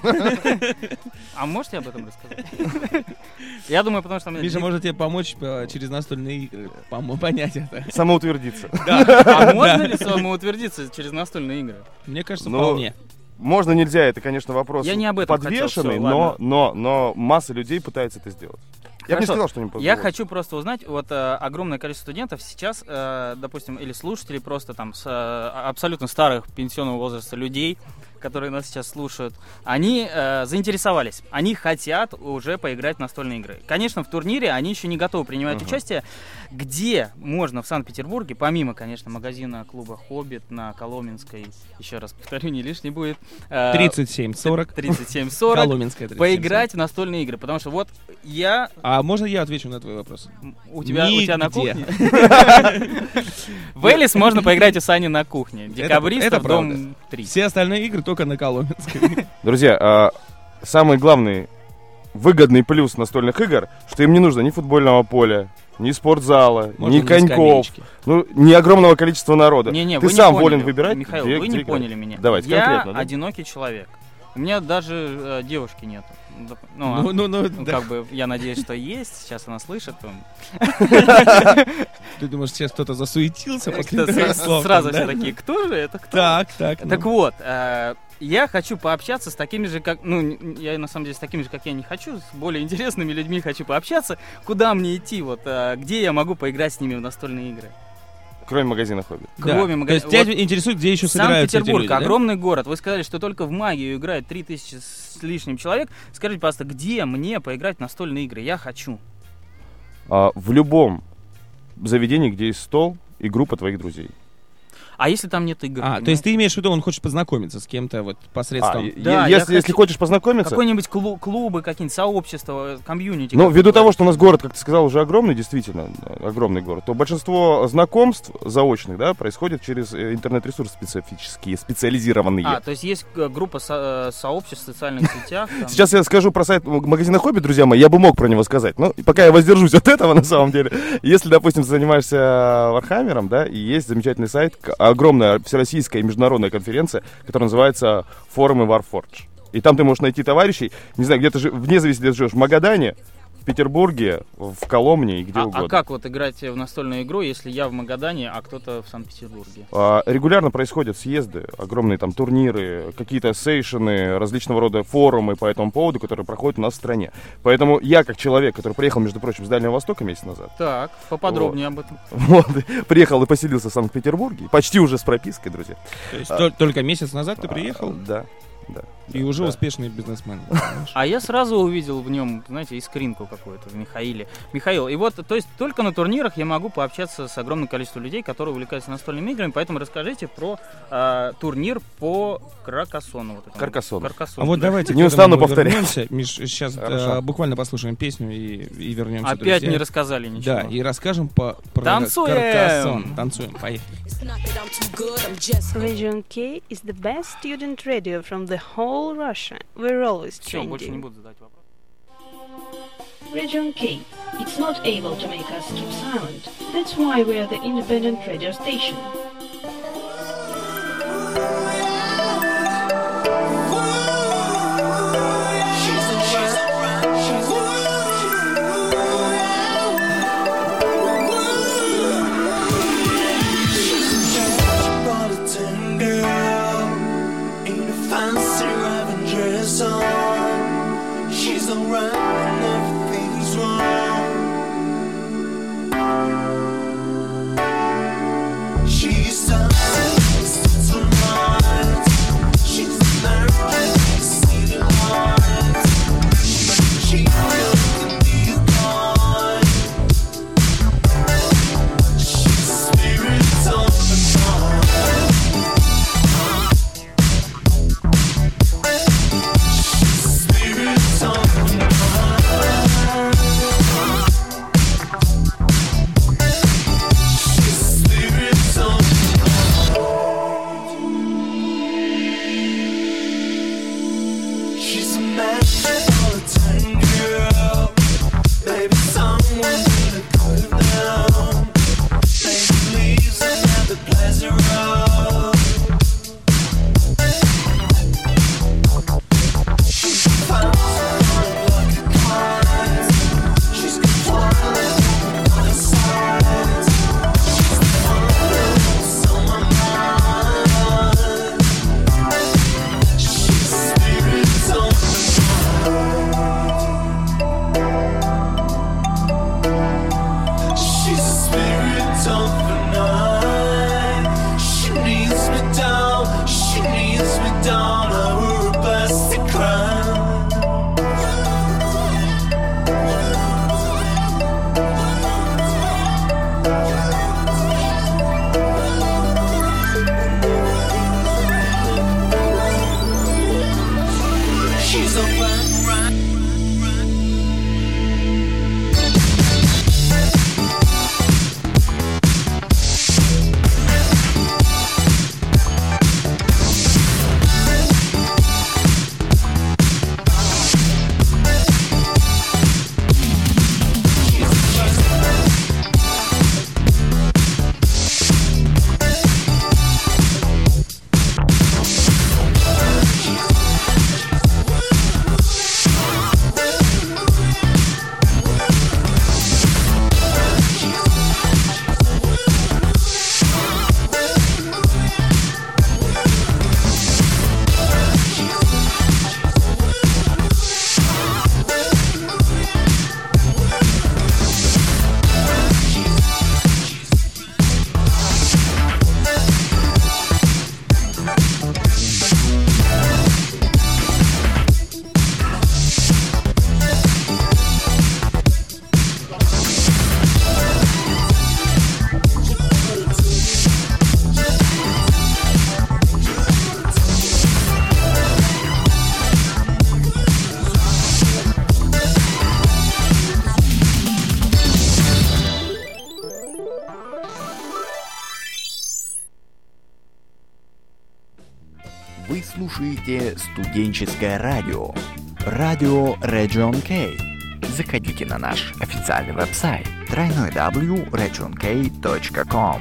А можете об этом рассказать? Я думаю, потому что... Миша может тебе помочь э, через настольные игры помо- понять это. Самоутвердиться. А можно ли самоутвердиться через настольные игры? Мне кажется, Ну, вполне. Можно, нельзя, это, конечно, вопрос Я не об этом хотел, подвешенный, всё, но, ладно. но, но масса людей пытается это сделать. Я бы не Хорошо. сказал, что не Я хочу просто узнать, вот э, огромное количество студентов сейчас, э, допустим, или слушателей просто там с э, абсолютно старых пенсионного возраста людей, которые нас сейчас слушают, они э, заинтересовались, они хотят уже поиграть в настольные игры. Конечно, в турнире они еще не готовы принимать Мгм. участие. Где можно в Санкт-Петербурге, помимо, конечно, магазина клуба «Хоббит» на Коломенской, еще раз повторю, не лишний будет, э, тридцать семь сорок. тридцать семь сорок, Коломенская тридцать семь сорок. поиграть в настольные игры, потому что вот я... А можно я отвечу на твой вопрос? У тебя, у тебя на Нигде. кухне? В Элис можно поиграть у Сани на кухне. Декабристов, это правда. дом три. Все остальные игры только на Коломенской. Друзья, а, самый главный выгодный плюс настольных игр, что им не нужно ни футбольного поля, ни спортзала, Можно ни на коньков, скамеечке. ну, ни огромного количества народа. Не-не, Ты вы не сам поняли. волен выбирать, Михаил, где- вы где не играть. поняли меня. Давайте, Я конкретно, да? одинокий человек. У меня даже э, девушки нет. Ну, а, Ну, ну, ну, ну, да. как бы, я надеюсь, что есть. Сейчас она слышит. то- Ты думаешь, сейчас кто-то засуетился после Как-то твоих с- слов, Сразу да? все такие, кто же это, кто? Так, так. ну. Так вот, э, я хочу пообщаться с такими же, как... Ну, н- я на самом деле с такими же, как я, не хочу. С более интересными людьми хочу пообщаться. Куда мне идти? Вот, э, где я могу поиграть с ними в настольные игры? Кроме магазина «Хоббит». Да. Кроме То магазина. есть тебя интересует, где еще собираются эти Санкт-Петербург, люди, да? огромный город. Вы сказали, что только в магию играет три тысячи с лишним человек. Скажите, пожалуйста, где мне поиграть в настольные игры? Я хочу. А, в любом заведении, где есть стол и группа твоих друзей. А если там нет игр? А, то есть ты имеешь в виду, он хочет познакомиться с кем-то вот посредством... А, и- Да, е- я если, если хочу- хочешь познакомиться, Какой-нибудь клу- клубы, какие-нибудь сообщества, комьюнити. ну, как ввиду вы того, говорите. что у нас город, как ты сказал, уже огромный, действительно, э, огромный город, то большинство знакомств заочных, да, происходит через э, интернет-ресурсы специфические, специализированные. А, то есть есть э, группа со- э, сообществ в социальных сетях. там. Сейчас я скажу про сайт м- магазина «Хоббит», друзья мои, я бы мог про него сказать, но пока я воздержусь от этого, на самом деле. Если, допустим, ты занимаешься Вархаммером, да, и есть замечательный сайт, к- огромная всероссийская и международная конференция, которая называется «Форумы Warforge». И там ты можешь найти товарищей, не знаю, где ты жи- вне зависимости, где ты живешь, в Магадане, в Петербурге, в Коломне и где А, угодно. а как вот играть в настольную игру, если я в Магадане, а кто-то в Санкт-Петербурге? А, Регулярно происходят съезды, огромные там турниры, какие-то сейшены, различного рода форумы по этому поводу, которые проходят у нас в стране. Поэтому я, как человек, который приехал, между прочим, с Дальнего Востока месяц назад, Так, поподробнее об этом. вот, приехал и поселился в Санкт-Петербурге, почти уже с пропиской, друзья. То есть А. тол- только месяц назад ты приехал? А, Да. Да. И уже Да. успешный бизнесмен. понимаешь? А я сразу увидел в нем, знаете, искринку какую-то в Михаиле. Михаил, и вот, то есть только на турнирах я могу пообщаться с огромным количеством людей, которые увлекаются настольными играми, поэтому расскажите про а, турнир по Каркасону. Вот этому. Каркасону. Каркасону. А вот давайте Не к устану этому повторять. вернемся. Миш, сейчас Хорошо. буквально послушаем песню и, и вернемся. Опять друзья. не рассказали ничего. Да, и расскажем по, про Танцуем! Каркасон. Танцуем, поехали. Region K is the best student radio from the whole Russia. We're always Все, больше не changing. буду задать вопрос. Region K. It's not able to make us keep silent. That's why we are the independent radio station. She's alright when everything's wrong. She's unsets her mind. She's American, see the light. She can be gone. She's the spirit of the dawn. Вы слушаете студенческое радио. Радио Region K. Заходите на наш официальный веб-сайт дабл ю дабл ю дабл ю точка region k точка com.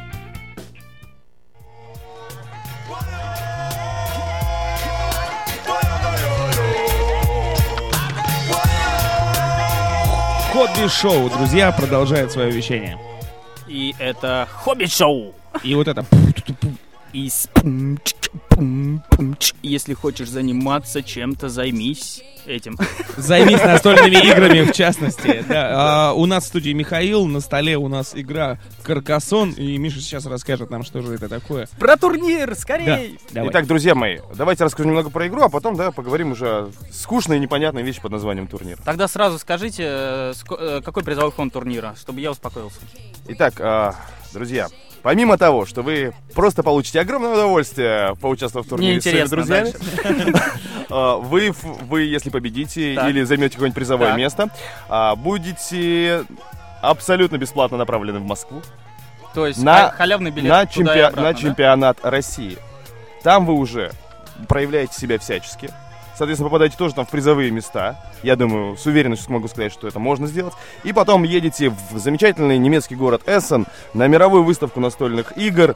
Хобби-шоу, друзья, продолжает свое вещание. И это хобби-шоу. И вот это... И Пум-пум-ч. Если хочешь заниматься чем-то, займись этим. Займись настольными играми, в частности. Да. А, у нас в студии Михаил, на столе у нас игра Каркасон, и Миша сейчас расскажет нам, что же это такое. Про турнир, скорей! Да, давай. Итак, друзья мои, давайте расскажу немного про игру, а потом, да, поговорим уже о скучной и непонятной вещи под названием турнир. Тогда сразу скажите, э, ско- э, какой призовой фонд турнира, чтобы я успокоился. Итак, а, друзья, помимо того, что вы просто получите огромное удовольствие, поучаствовав в турнире с своими Неинтересно, друзьями, а, вы, вы, если победите Так. или займете какое-нибудь призовое Так. место, а, будете абсолютно бесплатно направлены в Москву То есть на, ха- халявный билет на, туда и чемпио- обратно, на да? чемпионат России. Там вы уже проявляете себя всячески. Соответственно, попадаете тоже там в призовые места. Я думаю, с уверенностью могу сказать, что это можно сделать. И потом едете в замечательный немецкий город Эссен на мировую выставку настольных игр.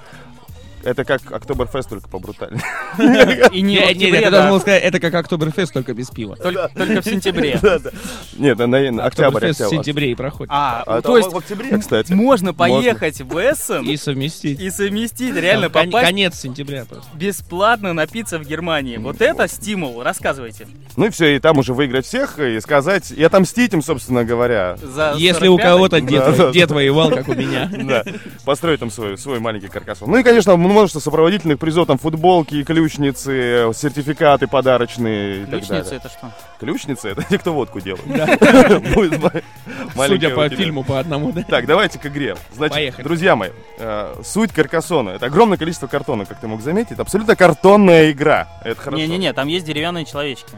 Это как Октоберфест, только побрутальнее. И не в Нет, нет, октябре, я да. должен был сказать, это как Октоберфест, только без пива. Только, только в сентябре. Нет, на, на октябрь, Октоберфест в октябрь. сентябре и проходит. А, А то есть в октябре, кстати. можно поехать в Эссен И совместить. и совместить, реально Кон- попасть Конец сентября просто. бесплатно напиться в Германии. Вот это стимул, рассказывайте. Ну и все, и там уже выиграть всех, и сказать, и отомстить им, собственно говоря. За Если у сорок пятый? кого-то дед, Да, да, дед воевал, как у меня. Да, построить там свой, свой маленький каркас. Ну и, конечно, множество сопроводительных призов, там футболки, ключницы, сертификаты подарочные и так Ключница далее. это что? Ключницы — это те, кто водку делает. Будет ма- Судя маленькая по у тебя. фильму, по одному, да. Так, давайте к игре. Значит, Поехали. друзья мои, э, суть Каркасона — это огромное количество картона, как ты мог заметить. Это абсолютно картонная игра. Это хорошо. Не-не-не, там есть деревянные человечки.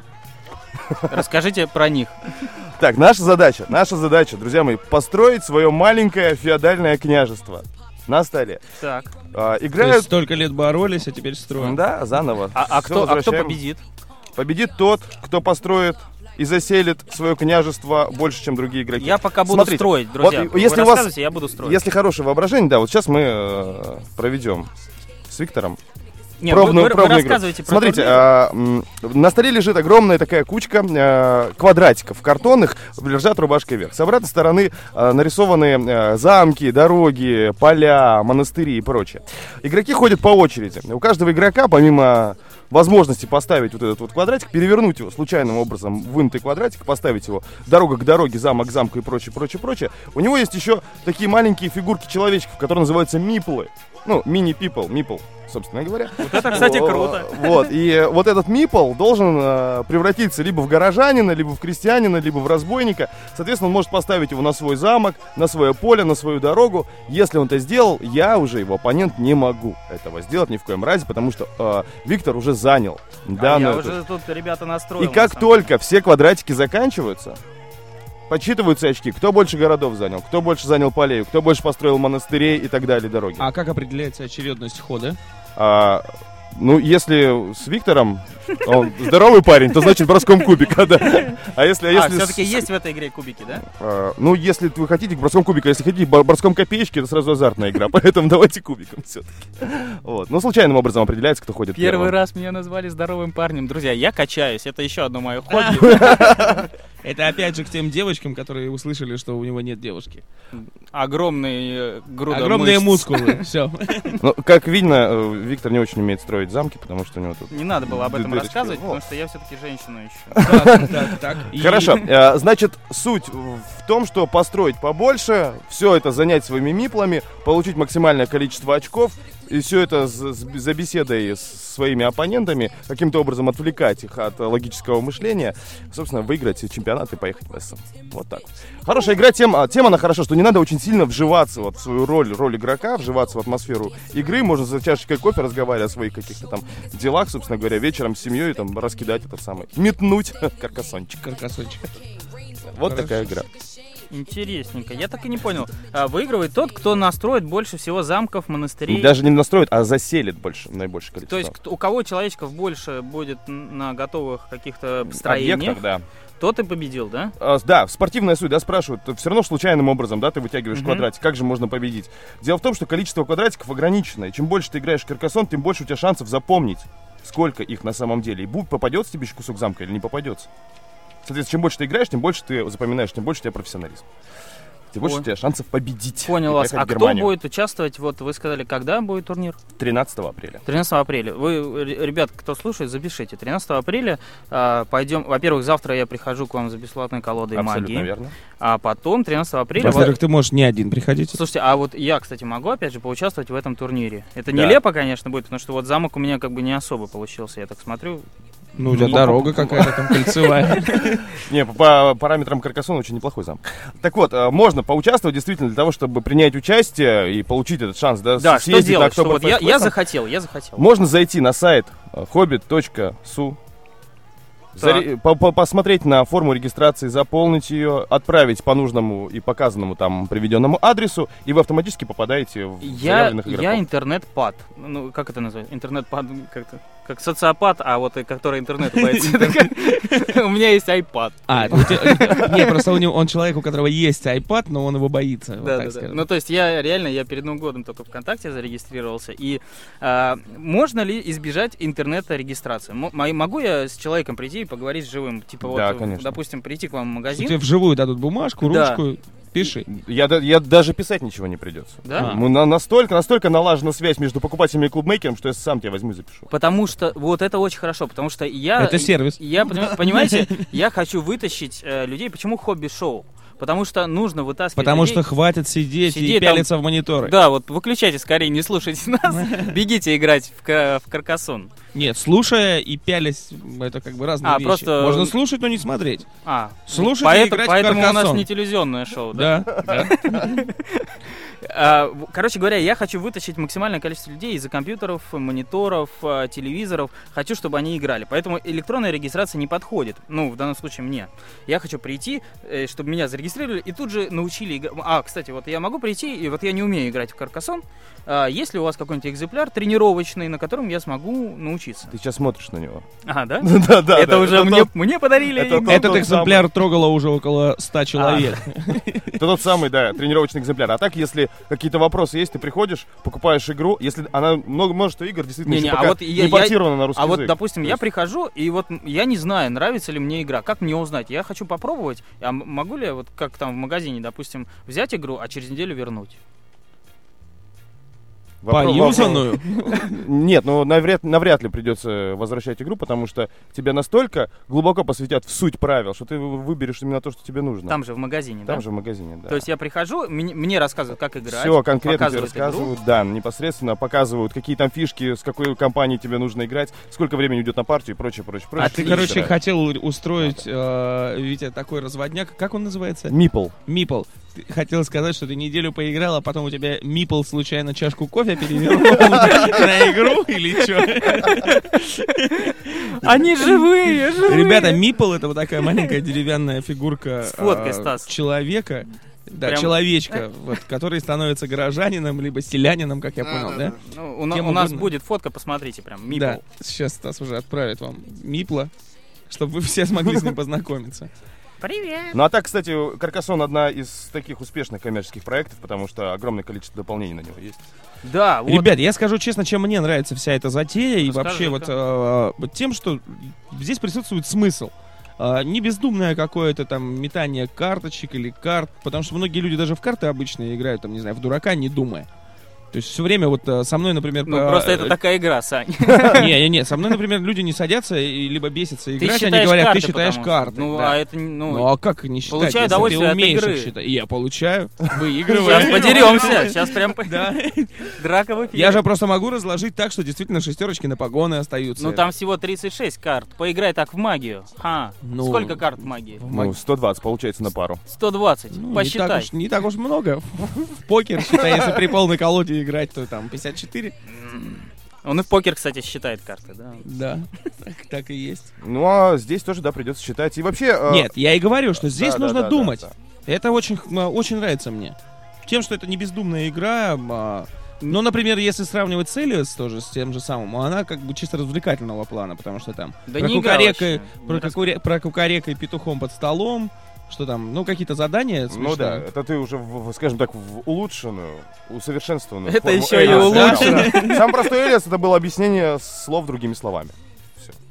Расскажите про них. Так, наша задача, наша задача, друзья мои, построить свое маленькое феодальное княжество на столе. Так. А, То есть играют, столько лет боролись, а теперь строим. да, заново. А, а Всё кто, а кто возвращаем. победит? Победит тот, кто построит и заселит свое княжество больше, чем другие игроки. Я пока буду Смотрите, строить, друзья. вот Вы если у вас- рассказывайте, я буду строить. Если хорошее воображение, да, вот сейчас мы э, проведем с Виктором Не, пробную, вы, вы, пробную вы игру. рассказывайте про Смотрите, турнир. а, м, на столе лежит огромная такая кучка э, квадратиков картонных, лежат рубашкой вверх. С обратной стороны э, нарисованы э, замки, дороги, поля, монастыри и прочее. Игроки ходят по очереди. У каждого игрока, помимо возможности поставить вот этот вот квадратик, перевернуть его случайным образом, вынутый квадратик, поставить его дорога к дороге, замок к замку и прочее, прочее, прочее. У него есть еще такие маленькие фигурки человечков, которые называются миплы. Ну, мини-пипл, мипл, собственно говоря. Вот это, кстати, О, круто. Вот, и э, вот этот мипл должен э, превратиться либо в горожанина, либо в крестьянина, либо в разбойника. Соответственно, он может поставить его на свой замок, на свое поле, на свою дорогу. Если он это сделал, я уже, его оппонент, не могу этого сделать ни в коем разе, потому что э, Виктор уже занял А данную... я эту- уже тут, ребята, настроил. И на как самом только все квадратики заканчиваются, подсчитываются очки, кто больше городов занял, кто больше занял полей, кто больше построил монастырей и так далее, дороги. А как определяется очередность хода? А, ну, если с Виктором, он здоровый парень, то значит броском кубика, да. А если, а деле. А, если все-таки с- есть в этой игре кубики, да? а, ну, если вы хотите броском кубика, если хотите бор- броском копеечки, это сразу азартная игра, поэтому давайте кубиком все-таки. Вот. Ну, случайным образом определяется, кто ходит Первый первым. раз меня назвали здоровым парнем. Друзья, я качаюсь, это еще одно мое хобби. Это опять же к тем девочкам, которые услышали, что у него нет девушки. Огромные груда Огромные мышц. мускулы, все. Ну, как видно, э, Виктор не очень умеет строить замки, потому что у него тут... Не надо было об этом Дырочки. рассказывать, Вот. потому что я все-таки женщину ищу. Так, так, так. И- Хорошо, э, значит, суть в том, что построить побольше, все это занять своими миплами, получить максимальное количество очков, и все это с- с- за беседой с своими оппонентами, каким-то образом отвлекать их от э, логического мышления, собственно, выиграть чемпионат и поехать в эс эм. Вот так. Хорошая игра, тем, а, тем она хороша, что не надо очень сильно вживаться вот в свою роль, роль игрока, вживаться в атмосферу игры, можно за чашечкой кофе, разговаривая о своих каких-то там делах, собственно говоря, вечером с семьей там раскидать этот самый, метнуть каркасончик. Каркасончик. Вот Хорошо. такая игра. Интересненько. Я так и не понял. А, выигрывает тот, кто настроит больше всего замков, монастырей. Даже не настроит, а заселит больше, наибольшее То количество. есть кто- у кого человечков больше будет н- на готовых каких-то строениях, Объектов, да. тот и победил, да? А, да, спортивная суть, да, спрашивают, все равно случайным образом, да, ты вытягиваешь Мгм. квадратик, как же можно победить? Дело в том, что количество квадратиков ограничено, и чем больше ты играешь в каркасон, тем больше у тебя шансов запомнить, сколько их на самом деле. И будет, попадется тебе еще кусок замка или не попадется. Соответственно, чем больше ты играешь, тем больше ты запоминаешь, тем больше у тебя профессионализм. тем больше Ой. у тебя шансов победить. Понял и вас. поехать А в кто Германию. будет участвовать? Вот вы сказали, когда будет турнир? тринадцатого апреля. тринадцатого апреля. Вы, р- ребят, кто слушает, запишите. тринадцатого апреля а, пойдем. Во-первых, завтра я прихожу к вам за бесплатной колодой Абсолютно магии. верно. А потом, тринадцатого апреля... Во-первых, ты можешь не один приходить. Слушайте, а вот я, кстати, могу опять же поучаствовать в этом турнире. Это Да. нелепо, конечно, будет, потому что вот замок у меня как бы не особо получился. Я так смотрю. Ну, у тебя Ну, дорога какая-то там кольцевая. Не, по, по параметрам Каркасона очень неплохой замок. Так вот, э, можно поучаствовать действительно для того, чтобы принять участие и получить этот шанс, да, Да, что съездить делать? на Что вот я, Oktoberfest я Fest. захотел, я захотел. Можно зайти на сайт хоббит точка су, заре- по- по- посмотреть на форму регистрации, заполнить ее, отправить по нужному и показанному там приведенному адресу, и вы автоматически попадаете в Я, заявленных игроков. я интернет-пад. Ну, как это называется? Интернет-пад, как-то, как социопат, а вот и который интернет боится. У меня есть iPad. А, у тебя- не, просто у него он человек, у которого есть iPad, но он его боится. вот Да, так да, да. скажем. Ну, то есть я реально, я перед Новым годом только ВКонтакте зарегистрировался. И а, можно ли избежать интернета-регистрации? Мо- мо- Могу я с человеком прийти и поговорить с живым? Типа Да, вот, конечно. допустим, прийти к вам в Что магазин. тебе вживую дадут бумажку, Да. ручку, пиши. Я, да- я даже писать ничего не придется. Да? Мы на- настолько, настолько налажена связь между покупателями и клубмейкером, что я сам тебя возьму и запишу. Потому что вот это очень хорошо, потому что я... Это сервис. Я, поним- понимаете, я хочу вытащить э, людей. Почему хобби-шоу? Потому что нужно вытаскивать Потому людей. что хватит сидеть, Сидеть и там- пялиться в мониторы. Да, вот выключайте скорее, не слушайте нас. Бегите играть в, ка- в Каркасон. Нет, слушая и пялясь, это как бы разные А, вещи. просто- Можно слушать, но не смотреть. А, Слушать и поэтому, играть в поэтому у нас Каркасон. не телевизионное шоу, да? Да, да. А, в- Короче говоря, я хочу вытащить максимальное количество людей из-за компьютеров, мониторов, а, телевизоров. Хочу, чтобы они играли. Поэтому электронная регистрация не подходит. Ну, в данном случае мне. Я хочу прийти, э, чтобы меня зарегистрировали и тут же научили играть. А, кстати, вот я могу прийти, и вот я не умею играть в Каркасон. А, есть ли у вас какой-нибудь экземпляр тренировочный, на котором я смогу научиться? Ты сейчас смотришь на него. Ага, да? Да, да. Это да, уже это мне, тот- мне подарили. это тот- Этот тот экземпляр трогало уже около ста человек. Это тот самый, да, тренировочный экземпляр. А так, если какие-то вопросы есть, ты приходишь, покупаешь игру, если она много, множество игр действительно Не-не, еще а пока вот я- не портирована на русский А вот, язык. допустим, То я есть- прихожу, и вот м, я не знаю, нравится ли мне игра. Как мне узнать? Я хочу попробовать. А м- могу ли я, вот как там в магазине, допустим, взять игру, а через неделю вернуть? Вопрос- Поюзанную? Нет, ну навряд, навряд ли придется возвращать игру, потому что тебя настолько глубоко посвятят в суть правил, что ты вы- выберешь именно то, что тебе нужно. Там же в магазине, Там да? же в магазине, да. То есть я прихожу, мне, мне рассказывают, как играть. Все конкретно тебе показывают игру. рассказывают, да, непосредственно показывают, какие там фишки, с какой компанией тебе нужно играть, сколько времени уйдет на партию и прочее, прочее, прочее. А ты, И короче, собираешь. хотел устроить, э, Витя, такой разводняк. Как он называется? Мипл. Мипл. Ты хотел сказать, что ты неделю поиграл, а потом у тебя Мипл случайно чашку кофе перевернул на игру или что? Они живые, живые. Ребята, Мипл — это вот такая маленькая деревянная фигурка С фоткой, а, Стас. человека. Да, Прям- человечка, вот, который становится горожанином, либо селянином, как я понял, да? Ну, у, на- Кем у нас угодно. будет фотка, посмотрите, прям, Мипл. Да, сейчас Стас уже отправит вам Мипла, чтобы вы все смогли с ним познакомиться. Привет. Ну а так, кстати, Каркасон одна из таких успешных коммерческих проектов, потому что огромное количество дополнений на него есть. Да, вот. Ребят, я скажу честно, чем мне нравится вся эта затея, и Ну, вообще вот, скажи-ка. э, вот тем, что здесь присутствует смысл. А, не бездумное какое-то там метание карточек или карт, потому что многие люди даже в карты обычные играют, там, не знаю, в дурака, не думая. То есть все время вот э, со мной, например... Ну, по- просто это такая игра, Сань. Не-не-не, со мной, например, люди не садятся и либо бесятся Ты играть, они считаешь говорят, карты, ты считаешь потому что- карты. Ну, да. а это, не- ну... Ну а как не считать, Получаю если удовольствие ты от умеешь игры. их считать? Я получаю, Сейчас выигрываю. подеремся, сейчас прям по- Да. драка в эфире. Я же просто могу разложить так, что действительно шестерочки на погоны остаются. Ну там всего тридцать шесть карт. Поиграй так в магию. Ха. Ну, Сколько карт в магии? Ну, сто двадцать получается на пару. сто двадцать. Ну, не так, Посчитай. уж, не так уж много. В покер, считай, если при полной колоде играть, то там пятьдесят четыре. Он и в покер, кстати, считает карты, да. Да, так, так и есть. Ну а здесь тоже, да, придется считать. И вообще... э, Нет, я и говорю, что здесь да, нужно да, да, думать. да, Это очень, х- м, очень нравится мне. Тем, что это не бездумная игра. а, Ну, например, если сравнивать с Элиас тоже, с тем же самым, она как бы чисто развлекательного плана, потому что там Да про, не игра кукарека, вообще. про, Не кукуре- про кукарека и петухом под столом, что там, ну, какие-то задания Ну да, смешные. это ты уже, в, в, скажем так, в улучшенную, усовершенствованную Это форму еще и Элиаса. улучшено. Да, да. Сам простой Элиас — это было объяснение слов другими словами. Все.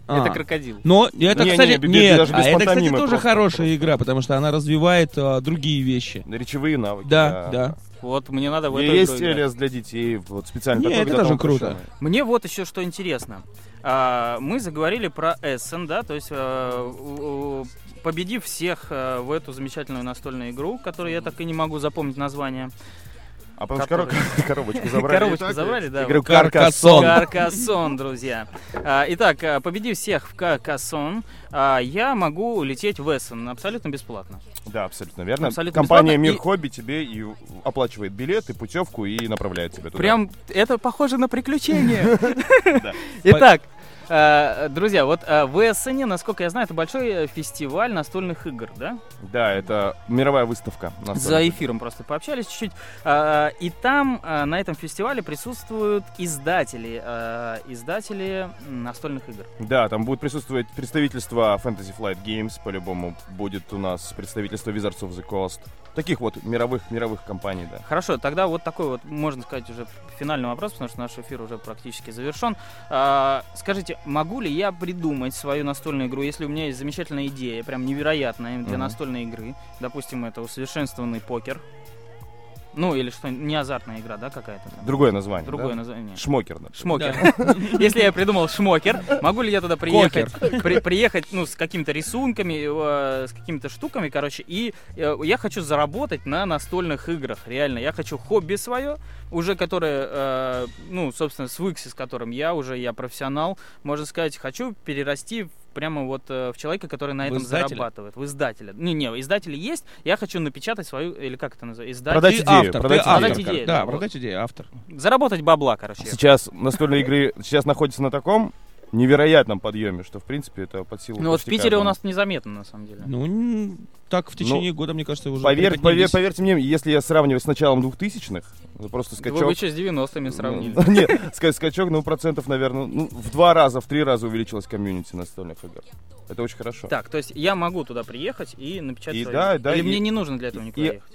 А. Это крокодил. Но это, Не, кстати, не, без- нет, даже без а это, кстати, пантомимы тоже просто, хорошая просто. игра, потому что она развивает а, другие вещи. Речевые навыки. Да, да. Вот мне надо в И эту есть игру играть. Элиас для детей, вот специально Не, такой, это для тоже того круто. украшенный. Мне вот еще что интересно. А, мы заговорили про Essen, да, то есть а, у- у- победив всех а, в эту замечательную настольную игру, которую я так и не могу запомнить название. А потому что Который- коро- коробочку забрали. Коробочку Итак, забрали, да. Игру Каркассон. Каркассон. Каркассон, друзья. А, Итак, а, победив всех в Каркассон, а, я могу лететь в Эссен абсолютно бесплатно. Да, абсолютно верно. Абсолютно Компания бесплатно. Мир И- Хобби тебе и оплачивает билет, и путевку, и направляет тебя туда. Прям это похоже на приключение. Да. Итак, э, друзья, вот э, в Эссене, насколько я знаю, это большой э, фестиваль настольных игр, да? Да, это мировая выставка. За настольных. эфиром просто пообщались чуть-чуть. Э, И там э, на этом фестивале присутствуют издатели, э, издатели м, настольных игр. Да, там будет присутствовать представительство Fantasy Flight Games, по-любому будет у нас представительство Wizards of the Coast. Таких вот мировых, мировых компаний, да. Хорошо, тогда вот такой вот, можно сказать, уже финальный вопрос, потому что наш эфир уже практически завершен. А, скажите, могу ли я придумать свою настольную игру, если у меня есть замечательная идея, прям невероятная для Мгм. настольной игры? Допустим, это усовершенствованный покер. Ну, или что, не азартная игра, да, какая-то? там? Другое название. Другое да? название. Шмокер, например. Шмокер. Если я придумал шмокер, могу ли я туда приехать, при- приехать, ну, с какими-то рисунками, э, с какими-то штуками, короче, и э, я хочу заработать на настольных играх, реально. Я хочу хобби свое, уже которое, э, ну, собственно, с Wixi, с которым я уже, я профессионал, можно сказать, хочу перерасти в прямо вот э, в человека, который на В этом издателя? зарабатывает, в издателя. Не, не, издатели есть, я хочу напечатать свою, или как это называется, издатель. Продать Ты идею, автор, продать ты автор. Продать идею, Да, да, вот. продать идею, автор. Заработать бабла, короче. Сейчас настольные игры сейчас находятся на таком невероятном подъеме, что, в принципе, это под силу Ну вот в почти Питере у каждому. нас незаметно, на самом деле. Ну, н- так в течение года, мне кажется, уже Поверь, поверь, приподнялись. поверьте мне, если я сравниваю с началом двухтысячных, это просто Вы скачок. бы что, с девяностыми сравнили? Ну, Нет, ска- скачок, ну, процентов, наверное, ну, в два раза, в три раза увеличилась комьюнити настольных игр. Это очень хорошо. Так, то есть я могу туда приехать и напечатать И свою да, игру? да, Или и- мне не нужно для этого никуда и- ехать?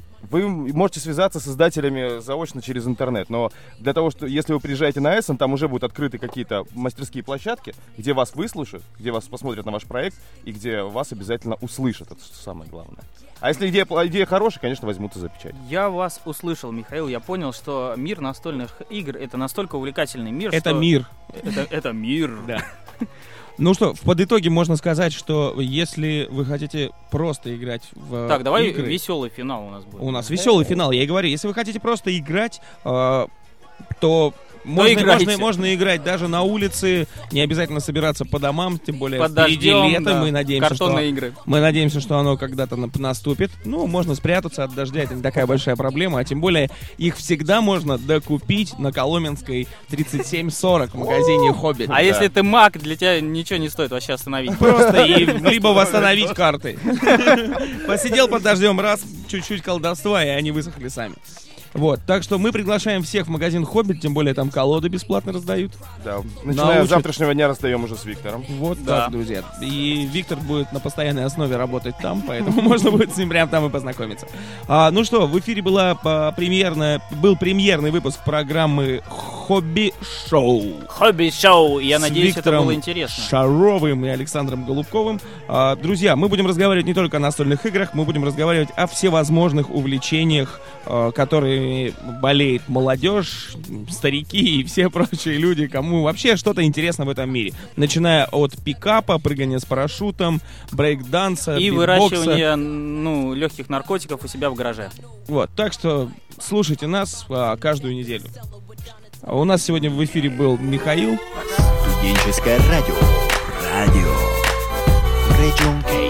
Вы можете связаться с издателями заочно через интернет, но для того, что если вы приезжаете на Эссен, там уже будут открыты какие-то мастерские площадки, где вас выслушают, где вас посмотрят на ваш проект и где вас обязательно услышат. Это самое главное. А если идея, идея хорошая, конечно, возьмутся за печать. Я вас услышал, Михаил. Я понял, что мир настольных игр — это настолько увлекательный мир, Это что- мир. Это, это мир. Да. Ну что, в подытоге можно сказать, что если вы хотите просто играть в Так, давай игры, веселый финал у нас будет. у нас веселый финал, я и говорю, если вы хотите просто играть, э, то можно, играйте. можно, можно играть даже на улице, не обязательно собираться по домам, тем более Под впереди дождем, лето, да, мы надеемся, что картонные игры. мы надеемся, что оно когда-то на- наступит. Ну, можно спрятаться от дождя, это не такая большая проблема, а тем более их всегда можно докупить на Коломенской тридцать семь сорок в магазине Хоббит. А если ты маг, для тебя ничего не стоит вообще остановить. Просто и либо восстановить карты. Посидел под дождем, раз, чуть-чуть колдовства, и они высохли сами. Вот, так что мы приглашаем всех в магазин Хоббит, тем более там колоды бесплатно раздают. Да. Начиная Научат. с завтрашнего дня расстаем уже с Виктором. Вот Да. так, друзья. И Виктор будет на постоянной основе работать там, поэтому можно будет с ним прямо там и познакомиться. А, ну что, в эфире была а, премьерная, был премьерный выпуск программы Хобби Шоу. Хобби-шоу. Я С надеюсь, это Виктором было интересно. Шаровым и Александром Голубковым. А, друзья, мы будем разговаривать не только о настольных играх, мы будем разговаривать о всевозможных увлечениях, а, которыми болеет молодежь, старики и все прочие люди, кому вообще что-то интересно в этом мире. Начиная от пикапа, прыгания с парашютом, брейк-данса, И битбокса. выращивание, ну, легких наркотиков у себя в гараже. Вот, так что слушайте нас а, каждую неделю. А у нас сегодня в эфире был Михаил. Студенческое радио. Радио. Region K.